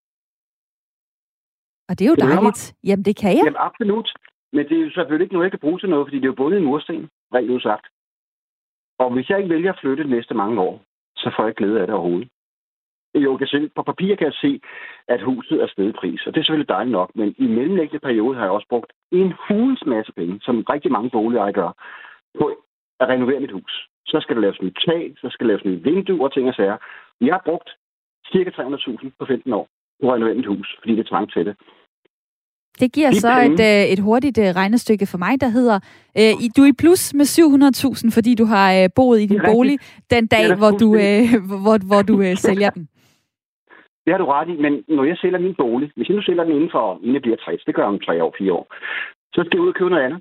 Speaker 1: Og det er jo dejligt. Jamen, det kan jeg.
Speaker 5: Jamen, absolut. Men det er jo selvfølgelig ikke noget, jeg kan bruge til noget, fordi det er jo bundet i mursten, rent udsagt. Og hvis jeg ikke vælger at flytte de næste mange år, så får jeg ikke glæde af det overhovedet. Jo, på papir kan jeg se, at huset er steget i pris, og det er selvfølgelig dejligt nok, men i mellemliggende periode har jeg også brugt en hulens masse penge, som rigtig mange boligejere gør, på at renovere mit hus. Så skal der laves nyt tag, så skal der laves nye vinduer og ting og sager. Jeg har brugt ca. 300.000 på 15 år på at renovere mit hus, fordi det er trangt til det.
Speaker 1: Det giver så et hurtigt regnestykke for mig, der hedder, du er i plus med 700.000, fordi du har boet i din bolig den dag, hvor du sælger den.
Speaker 5: Det har du ret i, men når jeg sælger min bolig, hvis jeg nu sælger den inden jeg bliver 60, det gør jeg om 3 år, 4 år, så skal jeg ud og købe noget andet.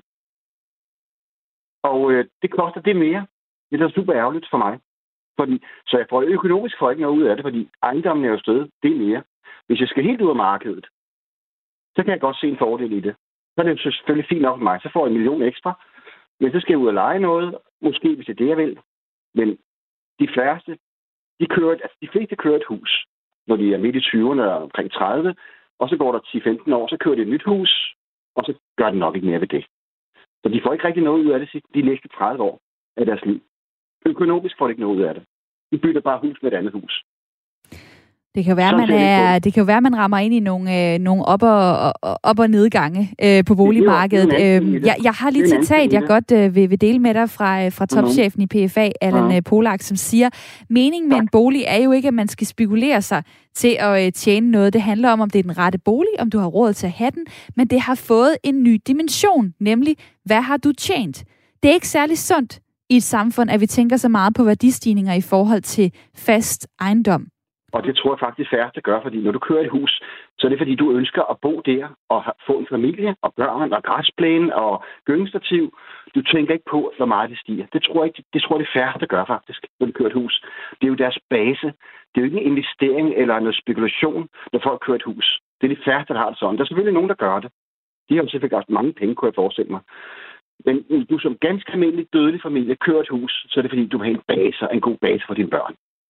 Speaker 5: Og det koster det mere. Det er super ærgerligt for mig. Så jeg får økonomisk for ikke noget ud af det, fordi ejendommen er jo stedet, det er mere. Hvis jeg skal helt ud af markedet, så kan jeg godt se en fordel i det. Så er det jo selvfølgelig fint nok for mig. Så får jeg 1 million ekstra. Men så skal jeg ud og lege noget. Måske, hvis det er det, jeg vil. Men de fleste, de fleste kører et hus, når de er midt i 20'erne og omkring 30. Og så går der 10-15 år, så kører de et nyt hus. Og så gør det nok ikke mere ved det. Så de får ikke rigtig noget ud af det de næste 30 år af deres liv. Økonomisk får de ikke noget ud af det. De bytter bare hus med et andet hus.
Speaker 1: Det kan jo være, at man rammer ind i nogle op- og nedgange på boligmarkedet. Jeg har lige et citat, jeg godt vil dele med dig fra topchefen i PFA, Allan Polak, som siger, meningen med en bolig er jo ikke, at man skal spekulere sig til at tjene noget. Det handler om det er den rette bolig, om du har råd til at have den, men det har fået en ny dimension, nemlig, hvad har du tjent? Det er ikke særlig sundt i et samfund, at vi tænker så meget på værdistigninger i forhold til fast ejendom.
Speaker 5: Og det tror jeg faktisk færreste gør, fordi når du kører et hus, så er det fordi, du ønsker at bo der og få en familie og børn og græsplæne og gyngestativ. Du tænker ikke på, hvor meget det stiger. Det tror jeg det færreste gør faktisk, når du kører et hus. Det er jo deres base. Det er jo ikke en investering eller noget spekulation, når folk kører et hus. Det er de færreste, der har det sådan. Der er selvfølgelig nogen, der gør det. De har jo selvfølgelig også mange penge, kunne jeg forestille mig. Men du som ganske almindelig dødelig familie kører et hus, så er det fordi, du vil have en base, en god base for dine børn.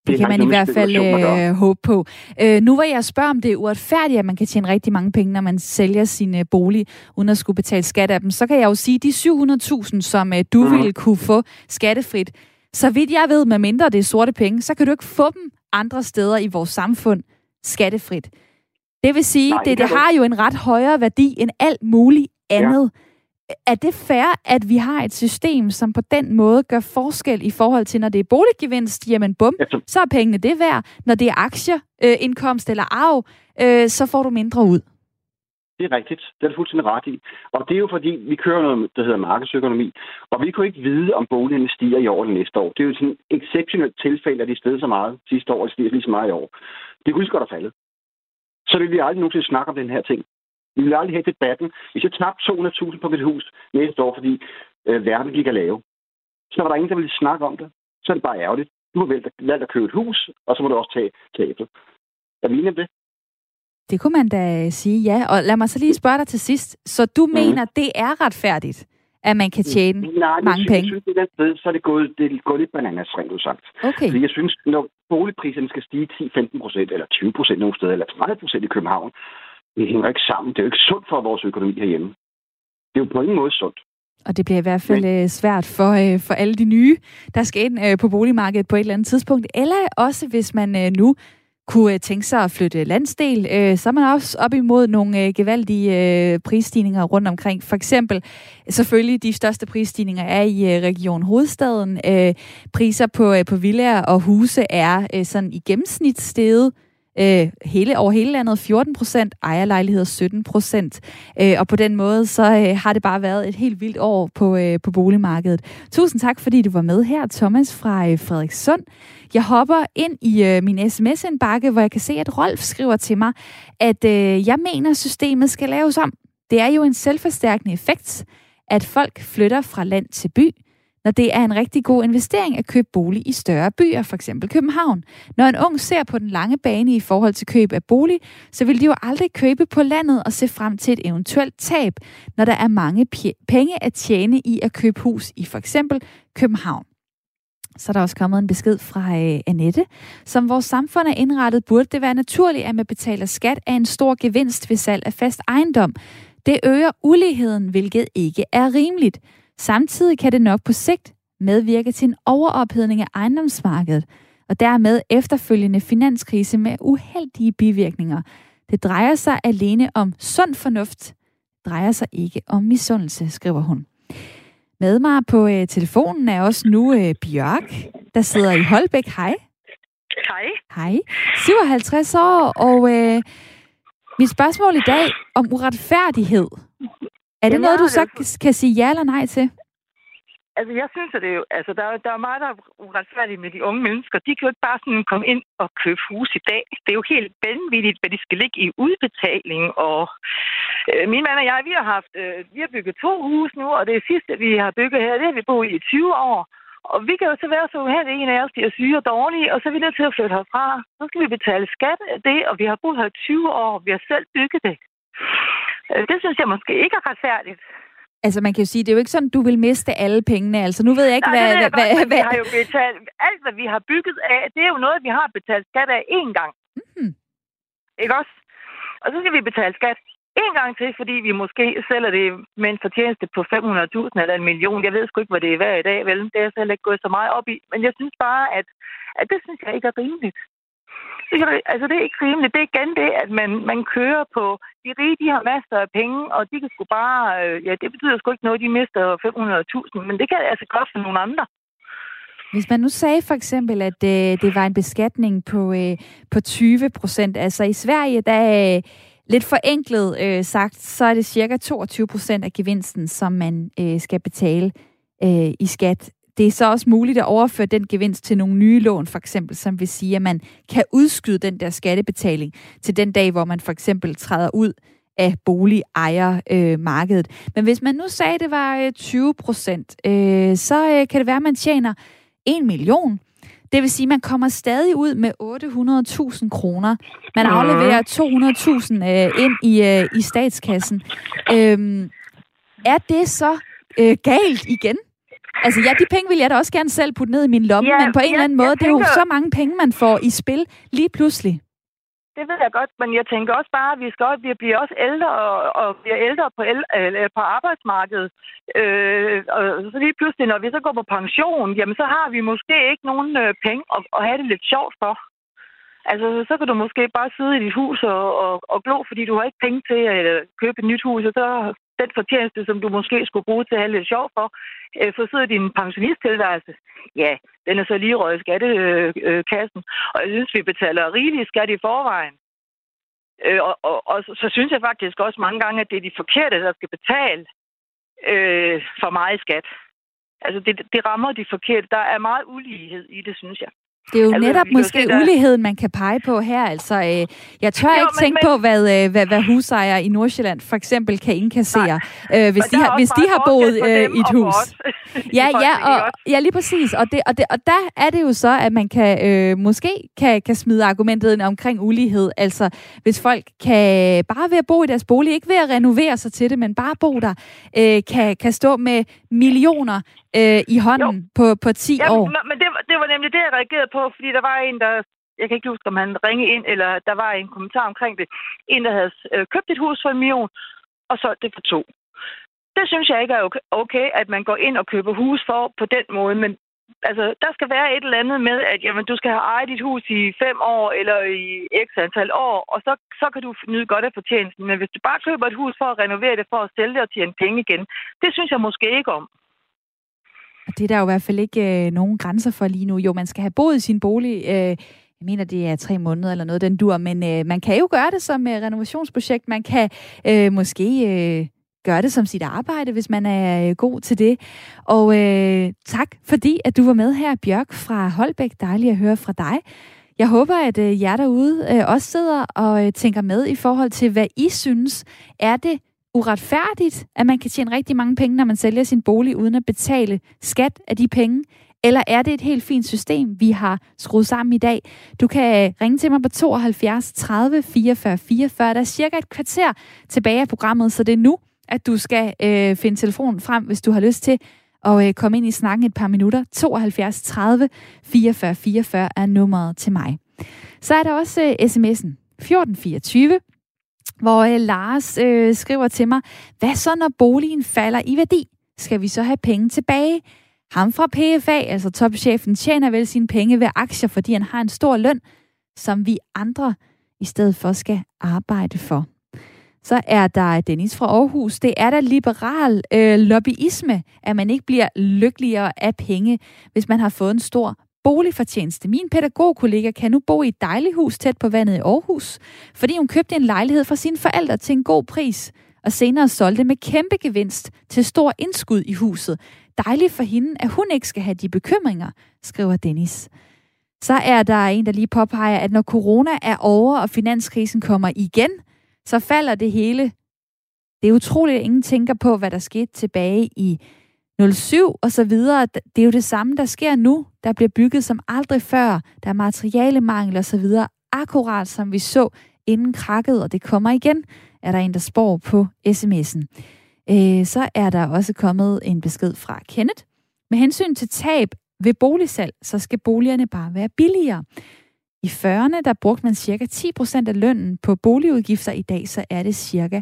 Speaker 1: Det kan man i hvert fald håbe på. Nu var jeg at spørge, om det er uretfærdigt, at man kan tjene rigtig mange penge, når man sælger sin bolig, uden at skulle betale skat af dem. Så kan jeg jo sige, de 700.000, som du ville kunne få skattefrit, så vidt jeg ved, med mindre det er sorte penge, så kan du ikke få dem andre steder i vores samfund skattefrit. Det vil sige, det har jo en ret højere værdi end alt muligt andet. Ja. Er det fair, at vi har et system, som på den måde gør forskel i forhold til, når det er boliggevinst, jamen bum, så er pengene det værd. Når det er aktier, indkomst eller arv, så får du mindre ud.
Speaker 5: Det er rigtigt. Det er du fuldstændig ret i. Og det er jo fordi, vi kører noget, der hedder markedsøkonomi, og vi kunne ikke vide, om boligerne stiger i år eller næste år. Det er jo sådan et exceptionelt tilfælde, at de steg så meget sidste år, og stiger lige så meget i år. Det kunne lige så godt have faldet. Så vil vi aldrig nogensinde snakke om den her ting. Vi vil aldrig have debatten. Hvis jeg knap 200.000 på mit hus næste år, fordi verden gik at lave, så var der ingen, der ville snakke om det. Så er det bare ærgerligt. Du har valgt at købe et hus, og så må du også tage tabet. Er vi enige om det?
Speaker 1: Det kunne man da sige, ja. Og lad mig så lige spørge dig til sidst. Så du mener, det er retfærdigt, at man kan tjene mange penge?
Speaker 5: Jeg synes, det så er det gået lidt bananas, rent udsagt.
Speaker 1: Okay.
Speaker 5: Fordi jeg synes, når boligpriserne skal stige 10-15% eller 20% nogle steder, eller 30% i København, det hænger ikke sammen. Det er jo ikke sundt for vores økonomi herhjemme. Det er jo på ingen måde sundt.
Speaker 1: Og det bliver i hvert fald svært for alle de nye, der skal ind på boligmarkedet på et eller andet tidspunkt. Eller også, hvis man nu kunne tænke sig at flytte landsdel, så er man også op imod nogle gevaldige prisstigninger rundt omkring. For eksempel, selvfølgelig de største prisstigninger er i Region Hovedstaden. Priser på villaer og huse er sådan i gennemsnit steget over hele landet 14%, ejerlejligheder 17%. Og på den måde, så har det bare været et helt vildt år på boligmarkedet. Tusind tak, fordi du var med her, Thomas fra Frederikssund. Jeg hopper ind i min sms-indbakke, hvor jeg kan se, at Rolf skriver til mig, at jeg mener, at systemet skal laves om. Det er jo en selvforstærkende effekt, at folk flytter fra land til by, når det er en rigtig god investering at købe bolig i større byer, f.eks. København. Når en ung ser på den lange bane i forhold til køb af bolig, så vil de jo aldrig købe på landet og se frem til et eventuelt tab, når der er mange penge at tjene i at købe hus i f.eks. København. Så er der også kommet en besked fra Annette. Som vores samfund er indrettet, burde det være naturligt, at man betaler skat af en stor gevinst ved salg af fast ejendom. Det øger uligheden, hvilket ikke er rimeligt. Samtidig kan det nok på sigt medvirke til en overophedning af ejendomsmarkedet, og dermed efterfølgende finanskrise med uheldige bivirkninger. Det drejer sig alene om sund fornuft, det drejer sig ikke om misundelse, skriver hun. Med mig på telefonen er også nu Bjørk, der sidder i Holbæk. Hej.
Speaker 6: Hej.
Speaker 1: Hej. 57 år, og mit spørgsmål i dag om uretfærdighed. Er det noget, du så kan sige ja eller nej til?
Speaker 6: Altså, jeg synes, at det er jo, altså, der er meget, der er uretfærdigt med de unge mennesker. De kan jo ikke bare sådan komme ind og købe hus i dag. Det er jo helt vanvittigt, hvad de skal ligge i udbetaling. Og min mand og jeg, vi har bygget 2 huse nu, og det sidste, vi har bygget her, det har vi boet i 20 år. Og vi kan jo så være så uheldige, en af os bliver syge og dårlige, og så er vi nødt til at flytte herfra. Så skal vi betale skat af det, og vi har boet her 20 år, vi har selv bygget det. Det synes jeg måske ikke er retfærdigt.
Speaker 1: Altså, man kan jo sige, det er jo ikke sådan, du vil miste alle pengene. Altså, nu ved jeg ikke, hvad...
Speaker 6: Vi har jo betalt... Alt, hvad vi har bygget af, det er jo noget, vi har betalt skat af én gang. Mm-hmm. Ikke også? Og så skal vi betale skat én gang til, fordi vi måske sælger det med en fortjeneste på 500.000 eller 1 million. Jeg ved sgu ikke, hvad det er værd i dag, vel? Det er jeg selv ikke gået så meget op i. Men jeg synes bare, at det synes jeg ikke er rimeligt. Altså, det er ikke rimeligt. Det er igen det, at man kører på... De rige, de har masser af penge, og de kan sgu bare... det betyder sgu ikke noget, de mister 500.000, men det kan altså godt for nogle andre.
Speaker 1: Hvis man nu sagde for eksempel, at det var en beskatning på 20%, altså i Sverige, der lidt forenklet sagt, så er det cirka 22% af gevinsten, som man skal betale i skat. Det er så også muligt at overføre den gevinst til nogle nye lån, for eksempel, som vil sige, at man kan udskyde den der skattebetaling til den dag, hvor man for eksempel træder ud af boligejermarkedet. Men hvis man nu sagde, at det var 20%, så kan det være, at man tjener 1 million. Det vil sige, at man kommer stadig ud med 800.000 kroner. Man afleverer 200.000 ind i statskassen. Er det så galt igen? Altså ja, de penge vil jeg da også gerne selv putte ned i min lomme, men på en eller anden måde, det er jo så mange penge, man får i spil lige pludselig.
Speaker 6: Det ved jeg godt, men jeg tænker også bare, at vi bliver også ældre og bliver ældre på arbejdsmarkedet. Og så lige pludselig, når vi så går på pension, jamen så har vi måske ikke nogen penge at have det lidt sjovt for. Altså, så kan du måske bare sidde i dit hus og glo, fordi du har ikke penge til at købe et nyt hus, og så den fortjeneste, som du måske skulle bruge til at have lidt sjov for, for sidde i din pensionisttilværelse. Ja, den er så lige røget i skattekassen, og jeg synes, vi betaler rigelig skat i forvejen. Og så synes jeg faktisk også mange gange, at det er de forkerte, der skal betale for meget skat. Altså, det rammer de forkerte. Der er meget ulighed i det, synes jeg.
Speaker 1: Det er jo netop måske uligheden, man kan pege på her. Altså, jeg tør ikke tænke på, hvad husejere i Nordsjælland for eksempel kan indkassere, hvis de har boet i et hus. Ja, lige præcis. Og der er det jo så, at man måske kan smide argumentet omkring ulighed. Altså, hvis folk kan bare ved at bo i deres bolig, ikke ved at renovere sig til det, men bare bo der, kan stå med millioner i hånden på 10 år.
Speaker 6: Men det var nemlig det, jeg reagerede på, fordi der var en, jeg kan ikke huske, om han ringede ind, eller der var en kommentar omkring det. En, der havde købt et hus for 1 million, og solgt det for 2. Det synes jeg ikke er okay, at man går ind og køber hus for på den måde, men altså, der skal være et eller andet med, at jamen, du skal have ejet dit hus i 5 år, eller i x antal år, og så kan du nyde godt af fortjenesten. Men hvis du bare køber et hus for at renovere det, for at sælge det og tjene penge igen, det synes jeg måske ikke om.
Speaker 1: Og det er der jo i hvert fald ikke nogen grænser for lige nu. Jo, man skal have boet i sin bolig, jeg mener, det er 3 måneder eller noget, den dur, men man kan jo gøre det som renovationsprojekt. Man kan måske gøre det som sit arbejde, hvis man er god til det. Og tak, fordi at du var med her, Bjørk fra Holbæk. Dejligt at høre fra dig. Jeg håber, at jer derude også sidder og tænker med i forhold til, hvad I synes. Er det uretfærdigt, at man kan tjene rigtig mange penge, når man sælger sin bolig, uden at betale skat af de penge? Eller er det et helt fint system, vi har skruet sammen i dag? Du kan ringe til mig på 72 30 44 44. Der er cirka et kvarter tilbage af programmet, så det er nu, at du skal finde telefonen frem, hvis du har lyst til at komme ind i snakken et par minutter. 72 30 44 44 er nummeret til mig. Så er der også sms'en 1424, hvor Lars skriver til mig, hvad så når boligen falder i værdi? Skal vi så have penge tilbage? Ham fra PFA, altså topchefen, tjener vel sine penge ved aktier, fordi han har en stor løn, som vi andre i stedet for skal arbejde for. Så er der Dennis fra Aarhus. Det er da liberal lobbyisme, at man ikke bliver lykkeligere af penge, hvis man har fået en stor boligfortjeneste. Min pædagogkollega kan nu bo i et dejligt hus tæt på vandet i Aarhus, fordi hun købte en lejlighed fra sine forældre til en god pris, og senere solgte med kæmpe gevinst til stor indskud i huset. Dejligt for hende, at hun ikke skal have de bekymringer, skriver Dennis. Så er der en, der lige påpeger, at når corona er over, og finanskrisen kommer igen, så falder det hele. Det er utroligt, at ingen tænker på, hvad der skete tilbage i 07 og så videre. Det er jo det samme, der sker nu. Der bliver bygget som aldrig før. Der er materialemangel og så videre. Akkurat som vi så inden krakket, og det kommer igen, er der en, der spår på sms'en. Så er der også kommet en besked fra Kenneth. Med hensyn til tab ved boligsalg, så skal boligerne bare være billigere. I 40'erne, der brugte man cirka 10% af lønnen på boligudgifter. I dag, så er det cirka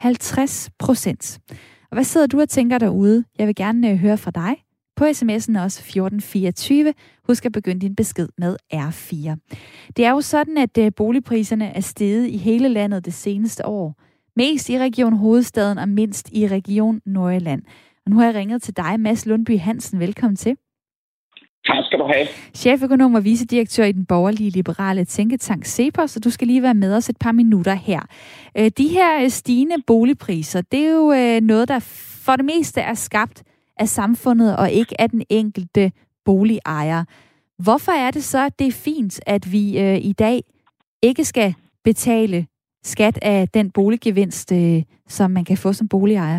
Speaker 1: 50%. Og hvad sidder du og tænker derude? Jeg vil gerne høre fra dig. På sms'en også 1424. Husk at begynde din besked med R4. Det er jo sådan, at boligpriserne er steget i hele landet det seneste år. Mest i Region Hovedstaden og mindst i Region Nordjylland. Og nu har jeg ringet til dig, Mads Lundby Hansen. Velkommen til.
Speaker 2: Tak skal du have.
Speaker 1: Cheføkonom og vicedirektør i den borgerlige liberale tænketank CEPOS, så du skal lige være med os et par minutter her. De her stigende boligpriser, det er jo noget, der for det meste er skabt af samfundet og ikke af den enkelte boligejer. Hvorfor er det så, at det er fint, at vi i dag ikke skal betale skat af den boliggevinst, som man kan få som boligejer?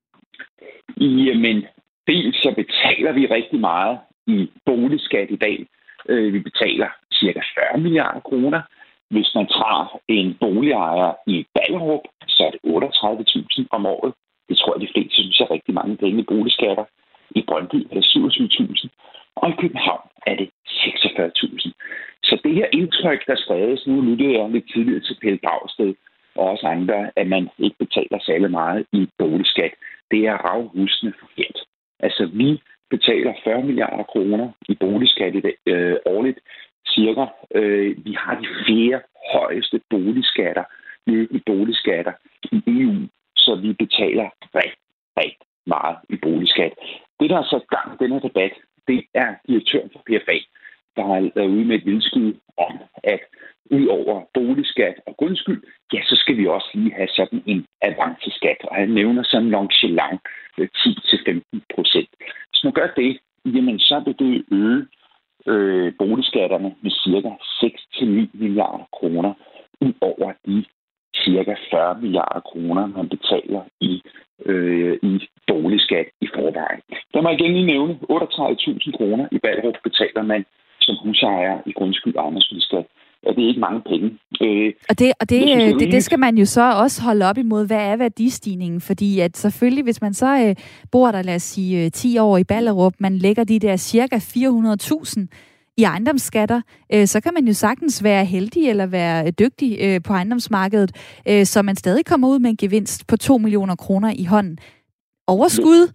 Speaker 7: Jamen, dels så betaler vi rigtig meget i boligskat i dag. Vi betaler ca. 40 milliarder kroner. Hvis man tager en boligejer i Ballerup, så er det 38.000 om året. Det tror jeg, de fleste synes er rigtig mange penge i boligskatter. I Brøndby er det 27.000, og i København er det 46.000. Så det her indtryk, der spreds, nu lyttede jeg lidt tidligere til Pelle Dragsted og også andre, at man ikke betaler særlig meget i boligskat, det er ravhusende forkert. Altså, vi betaler 40 milliarder kroner i boligskat årligt, cirka. Vi har de 4 højeste boligskatter, løbende boligskatter i EU, så vi betaler rigtig meget i boligskat. Det, der har sat gang i denne debat, det er direktøren for PFA, der har været ude med et vildskud om, at ud over boligskat og grundskyld, ja, så skal vi også lige have sådan en avanceskat. Og han nævner sådan nonchalant 10-15%. Hvis man gør det, jamen så vil det øge boligskatterne med cirka 6-9 milliarder kroner, ud over de cirka 40 milliarder kroner, man betaler i boligskat i forvejen. Der må jeg igen lige nævne, 38.000 kroner i Ballerup betaler man som husejer i grundskyld og ejendomsværdiskat. Og det er ikke mange penge.
Speaker 1: Det skal man jo så også holde op imod, hvad er værdistigningen? Fordi at selvfølgelig, hvis man så bor der, lad os sige, 10 år i Ballerup, man lægger de der cirka 400.000 i ejendomsskatter, så kan man jo sagtens være heldig eller være dygtig på ejendomsmarkedet, så man stadig kommer ud med en gevinst på 2 millioner kroner i hånden. Overskud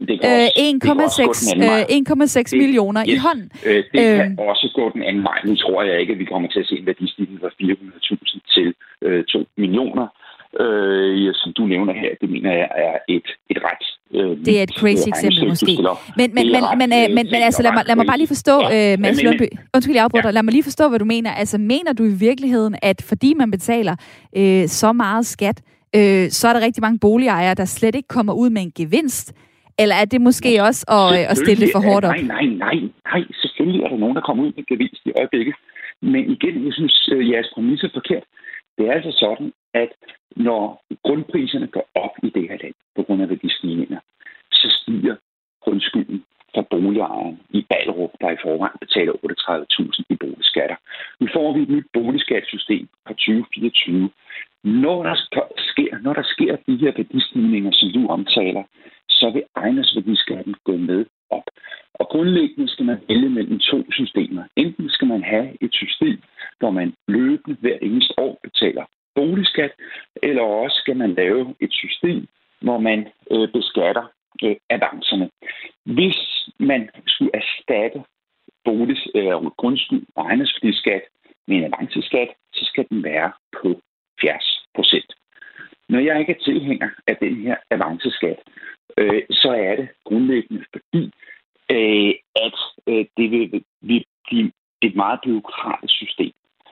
Speaker 1: 1,6 millioner i hånden.
Speaker 7: Det kan også gå den anden vej. Nu tror jeg ikke, at vi kommer til at se en værdistigning fra 400.000 til 2 millioner. Som du nævner her, det mener jeg er et ret...
Speaker 1: det er et crazy eksempel måske. Men altså, lad mig bare lige forstå, Mads Lundby. Undskyld, jeg afbryder. Lad mig lige forstå, hvad du mener. Altså, mener du i virkeligheden, at fordi man betaler så meget skat, så er der rigtig mange boligejere, der slet ikke kommer ud med en gevinst? Eller er det måske også at stille det for hårdt op?
Speaker 7: Nej. Selvfølgelig er der nogen, der kommer ud med gevinst i øjeblikket. Men igen, jeg synes, jeres præmis er forkert. Det er altså sådan, at når grundpriserne går op i det her land på grund af værdistigninger, så stiger grundskylden for boligejeren i Ballerup, der i forvejen betaler 38.000 i boligskatter. Nu får vi et nyt boligskattesystem fra 2024. Når der sker de her værdistigninger, som du omtaler, så vil ejendomsværdiskatten gå med op. Og grundlæggende skal man vælge mellem 2 systemer. Enten skal man have et system, hvor man løbende hver eneste år betaler boligskat, eller også skal man lave et system, hvor man beskatter avancerne. Hvis man skulle erstatte grundskyld og ejendomsværdiskat med en avanceskat, så skal den være på 70%. Når jeg ikke er tilhænger af den her avanceskat, så er det grundlæggende fordi, at det vil blive et meget bureaukratisk system.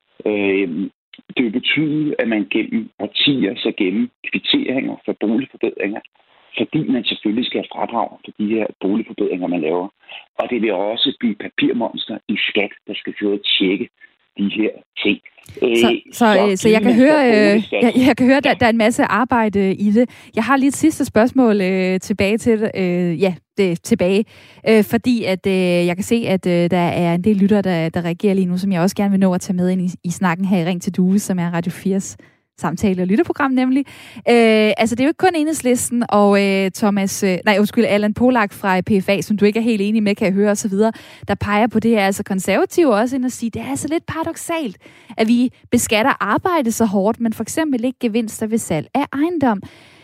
Speaker 7: Det vil betyde, at man gennem årtier skal gennem kvitteringer for boligforbedringer, fordi man selvfølgelig skal have fradrag for de her boligforbedringer, man laver. Og det vil også blive papirmonster i skat, der skal sidde og tjekke de her ting.
Speaker 1: Så jeg kan høre, der er en masse arbejde i det. Jeg har lige et sidste spørgsmål tilbage til tilbage. Fordi at jeg kan se, at der er en del lyttere, der reagerer lige nu, som jeg også gerne vil nå at tage med ind i snakken her i Ring til Due, som er Radio 4's samtale- og lytterprogram nemlig. Altså, det er jo ikke kun Enhedslisten og Allan Polak fra PFA, som du ikke er helt enig med, kan jeg høre osv., der peger på det her. Altså, konservative også ind og sige, det er altså lidt paradoksalt, at vi beskatter arbejde så hårdt, men for eksempel ikke gevinster ved salg af ejendom.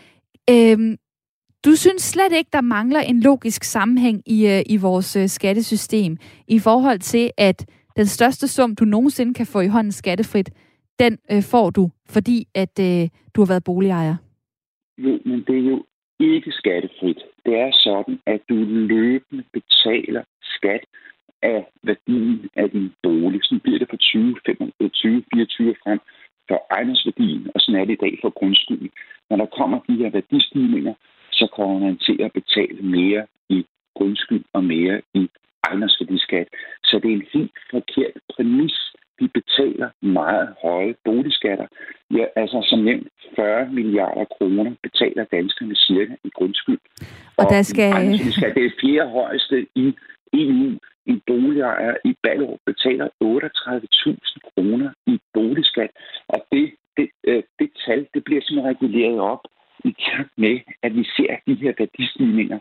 Speaker 1: Du synes slet ikke, der mangler en logisk sammenhæng i vores skattesystem i forhold til, at den største sum, du nogensinde kan få i hånden skattefrit, den får du, fordi at du har været boligejer?
Speaker 7: Jo, men det er jo ikke skattefrit. Det er sådan, at du løbende betaler skat af værdien af din bolig. Sådan bliver det fra 2024 frem for ejendomsværdien, og sådan er det i dag for grundskylden. Når der kommer de her værdistigninger, så kommer man til at betale mere i grundskyld og mere i ejendomsværdiskat. Så det er en helt forkert præmis. Vi betaler meget høje boligskatter. Ja, altså som nævnt, 40 milliarder kroner betaler danskerne cirka i grundskyld.
Speaker 1: Og der skal...
Speaker 7: Det er 4. højeste i EU. En boligejer i Ballerup betaler 38.000 kroner i boligskat. Og det tal, det bliver simpelthen reguleret op i takt med, at vi ser de her værdistigninger.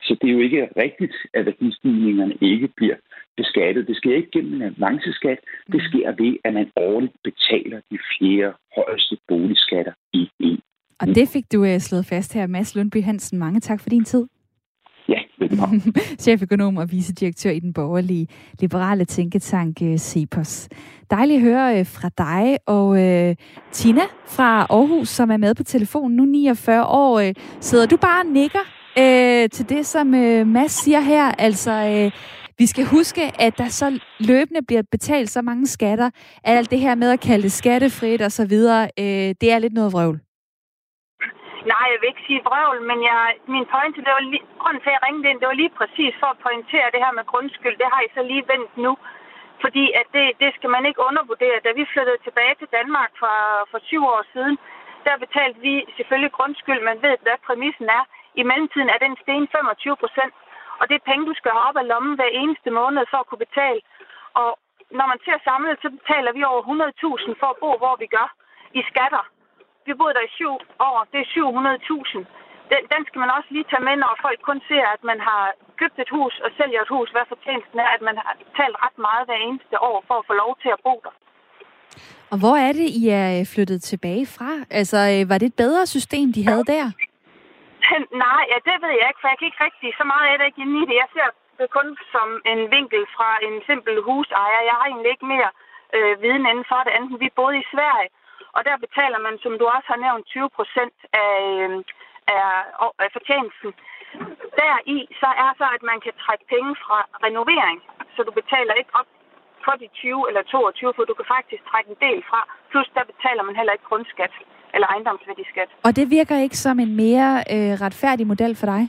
Speaker 7: Så det er jo ikke rigtigt, at værdistigningerne ikke bliver beskattet. Det sker ikke gennem en avanceskat. Det sker ved, at man årligt betaler de 4. højeste boligskatter i EU.
Speaker 1: Og det fik du slået fast her, Mads Lundby Hansen. Mange tak for din tid.
Speaker 7: Ja, velkommen.
Speaker 1: Cheføkonom og vicedirektør i den borgerlige liberale tænketank CEPOS. Dejligt at høre fra dig. Og Tina fra Aarhus, som er med på telefonen nu, 49 år. Sidder du bare og nikker til det, som Mads siger her? Altså, vi skal huske, at der så løbende bliver betalt så mange skatter. Alt det her med at kalde det skattefrit og så videre, det er lidt noget vrøvl.
Speaker 6: Nej, jeg vil ikke sige vrøvl, men min pointe, det var grunden til, at jeg ringede ind, det var lige præcis for at pointere det her med grundskyld. Det har I så lige vendt nu, fordi at det skal man ikke undervurdere. Da vi flyttede tilbage til Danmark for 7 år siden, der betalte vi selvfølgelig grundskyld, man ved, hvad præmissen er. I mellemtiden er den sten 25%, og det er penge, du skal have op af lommen hver eneste måned for at kunne betale. Og når man ser samlet, så betaler vi over 100.000 for at bo, hvor vi gør, i skatter. Vi boede der i 7 år. Det er 700.000. Den skal man også lige tage med, når folk kun ser, at man har købt et hus og sælger et hus. Hvad fortjenesten er, at man har betalt ret meget hver eneste år for at få lov til at bo der.
Speaker 1: Og hvor er det, I er flyttet tilbage fra? Altså, var det et bedre system, de havde der?
Speaker 6: Nej, ja, det ved jeg ikke, for jeg kan ikke rigtig så meget af det ikke inde i det. Jeg ser det kun som en vinkel fra en simpel husejer. Jeg har egentlig ikke mere viden inden for det andet. Vi boede i Sverige. Og der betaler man, som du også har nævnt, 20% af fortjenesten. Deri så er så, at man kan trække penge fra renovering. Så du betaler ikke op for de 20 eller 22, for du kan faktisk trække en del fra. Plus der betaler man heller ikke grundskat eller ejendomsværdiskat.
Speaker 1: Og det virker ikke som en mere retfærdig model for dig?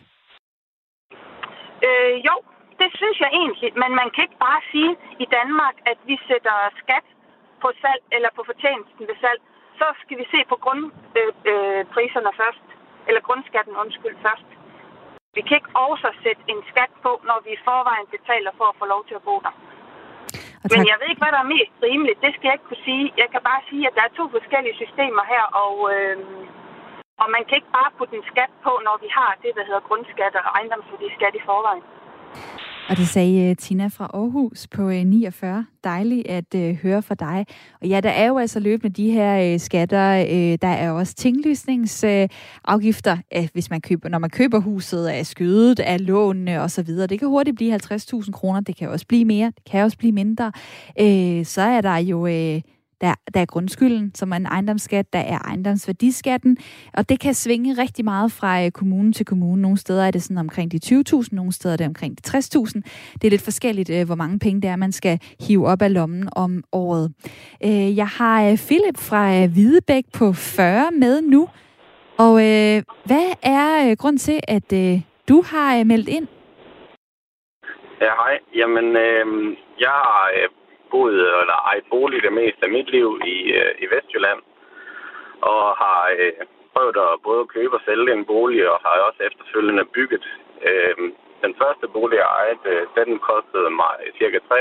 Speaker 6: Jo, det synes jeg egentlig. Men man kan ikke bare sige i Danmark, at vi sætter skat på salg eller på fortjenesten ved salg. Så skal vi se på grundpriserne først, eller grundskatten først. Vi kan ikke også sætte en skat på, når vi i forvejen betaler for at få lov til at bo der. Men jeg ved ikke, hvad der er mest rimeligt. Det skal jeg ikke kunne sige. Jeg kan bare sige, at der er 2 forskellige systemer her, og man kan ikke bare putte en skat på, når vi har det, der hedder grundskat og ejendomsværdiskat i forvejen.
Speaker 1: Og det sagde Tina fra Aarhus på 49. Dejligt at høre fra dig. Og ja, der er jo altså løbende de her skatter. Der er også tinglysningsafgifter, når man køber huset, af skødet, af lånene osv. Det kan hurtigt blive 50.000 kroner. Det kan også blive mere. Det kan også blive mindre. Så er der jo... Der er grundskylden, som er en ejendomsskat, der er ejendomsværdiskatten, og det kan svinge rigtig meget fra kommune til kommune. Nogle steder er det sådan omkring de 20.000, nogle steder er det omkring de 60.000. Det er lidt forskelligt, hvor mange penge det er, man skal hive op af lommen om året. Jeg har Philip fra Hvidebæk på 40 med nu, og hvad er grund til, at du har meldt ind?
Speaker 8: Ja, hej. Jamen, jeg har boet eller ejet bolig det meste af mit liv i Vestjylland, og har prøvet at både købe og sælge en bolig, og har også efterfølgende bygget. Den første bolig, jeg ejede, den kostede mig ca. 300.000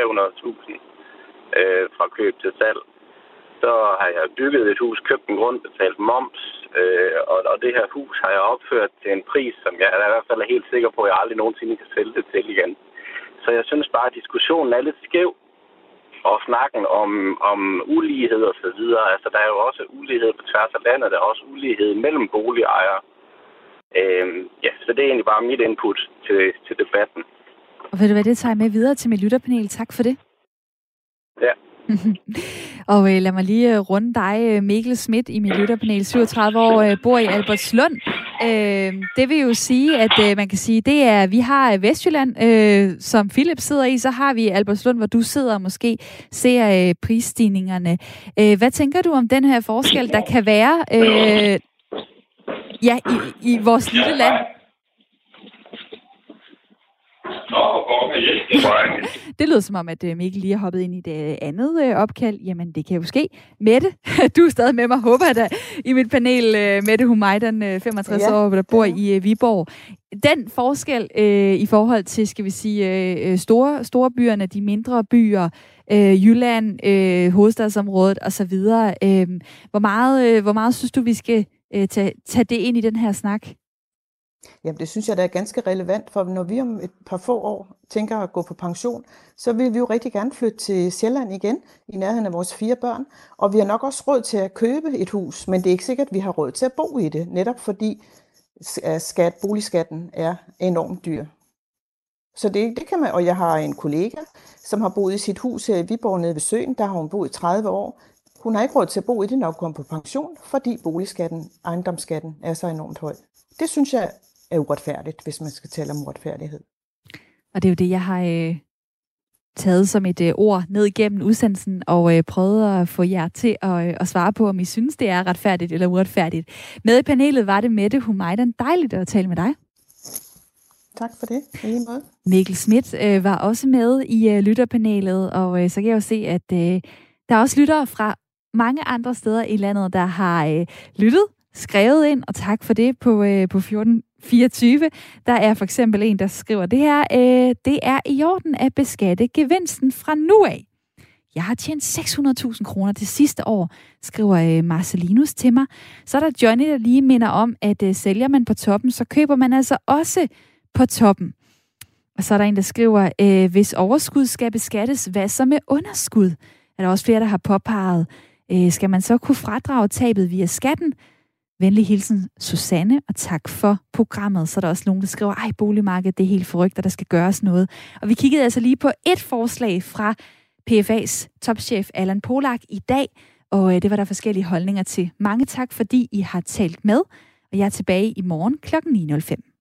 Speaker 8: fra køb til salg. Så har jeg bygget et hus, købt en grund, betalt moms, og det her hus har jeg opført til en pris, som jeg i hvert fald er helt sikker på, at jeg aldrig nogensinde kan sælge det til igen. Så jeg synes bare, at diskussionen er lidt skæv, og snakken om ulighed og så videre. Altså, der er jo også ulighed på tværs af landet, der er også ulighed mellem boligejere. Så det er egentlig bare mit input til debatten.
Speaker 1: Og ved du hvad, det tager jeg med videre til mit lytterpanel. Tak for det.
Speaker 8: Ja.
Speaker 1: Og lad mig lige runde dig, Mikkel Schmidt, i mit lytterpanel, 37 år, bor i Albertslund. Det vil jo sige, at man kan sige, det er, vi har Vestjylland, som Philip sidder i, så har vi Albertslund, hvor du sidder og måske ser prisstigningerne. Hvad tænker du om den her forskel, der kan være i vores lille land? Det lyder som om, at Mikkel lige har hoppet ind i det andet opkald. Jamen, det kan jo ske. Mette, du er stadig med mig, håber jeg da, i mit panel. Mette Humaydan, 65 år, der bor i Viborg. Den forskel i forhold til, skal vi sige, store byerne, de mindre byer, Jylland, hovedstadsområdet osv. Hvor meget synes du, vi skal tage det ind i den her snak?
Speaker 3: Jamen, det synes jeg, der er ganske relevant, for når vi om et par få år tænker at gå på pension, så vil vi jo rigtig gerne flytte til Sjælland igen, i nærheden af vores 4 børn. Og vi har nok også råd til at købe et hus, men det er ikke sikkert, at vi har råd til at bo i det, netop fordi boligskatten er enormt dyr. Så det kan man, og jeg har en kollega, som har boet i sit hus her i Viborg nede ved søen, der har hun boet i 30 år. Hun har ikke råd til at bo i det, når hun kommer på pension, fordi boligskatten, ejendomsskatten, er så enormt høj. Det synes jeg er uretfærdigt, hvis man skal tale om uretfærdighed.
Speaker 1: Og det er jo det, jeg har taget som et ord ned igennem udsendelsen, og prøvet at få jer til at svare på, om I synes, det er retfærdigt eller uretfærdigt. Med i panelet var det Mette Humaydan. Dejligt at tale med dig.
Speaker 3: Tak for det. I lige måde.
Speaker 1: Mikkel Schmidt var også med i lytterpanelet, og så kan jeg jo se, at der er også lyttere fra mange andre steder i landet, der har lyttet, skrevet ind, og tak for det på 1424. Der er for eksempel en, der skriver det her. Det er i orden at beskatte gevinsten fra nu af. Jeg har tjent 600.000 kroner det sidste år, skriver Marcelinus til mig. Så er der Johnny, der lige minder om, at sælger man på toppen, så køber man altså også på toppen. Og så er der en, der skriver, hvis overskud skal beskattes, hvad så med underskud? Er der også flere, der har påpeget, skal man så kunne fradrage tabet via skatten? Venlig hilsen Susanne, og tak for programmet. Så er der også nogen, der skriver, boligmarkedet, det er helt forrygt, og der skal gøres noget. Og vi kiggede altså lige på et forslag fra PFA's topchef Allan Polak i dag, og det var der forskellige holdninger til. Mange tak, fordi I har talt med, og jeg er tilbage i morgen kl. 9.05.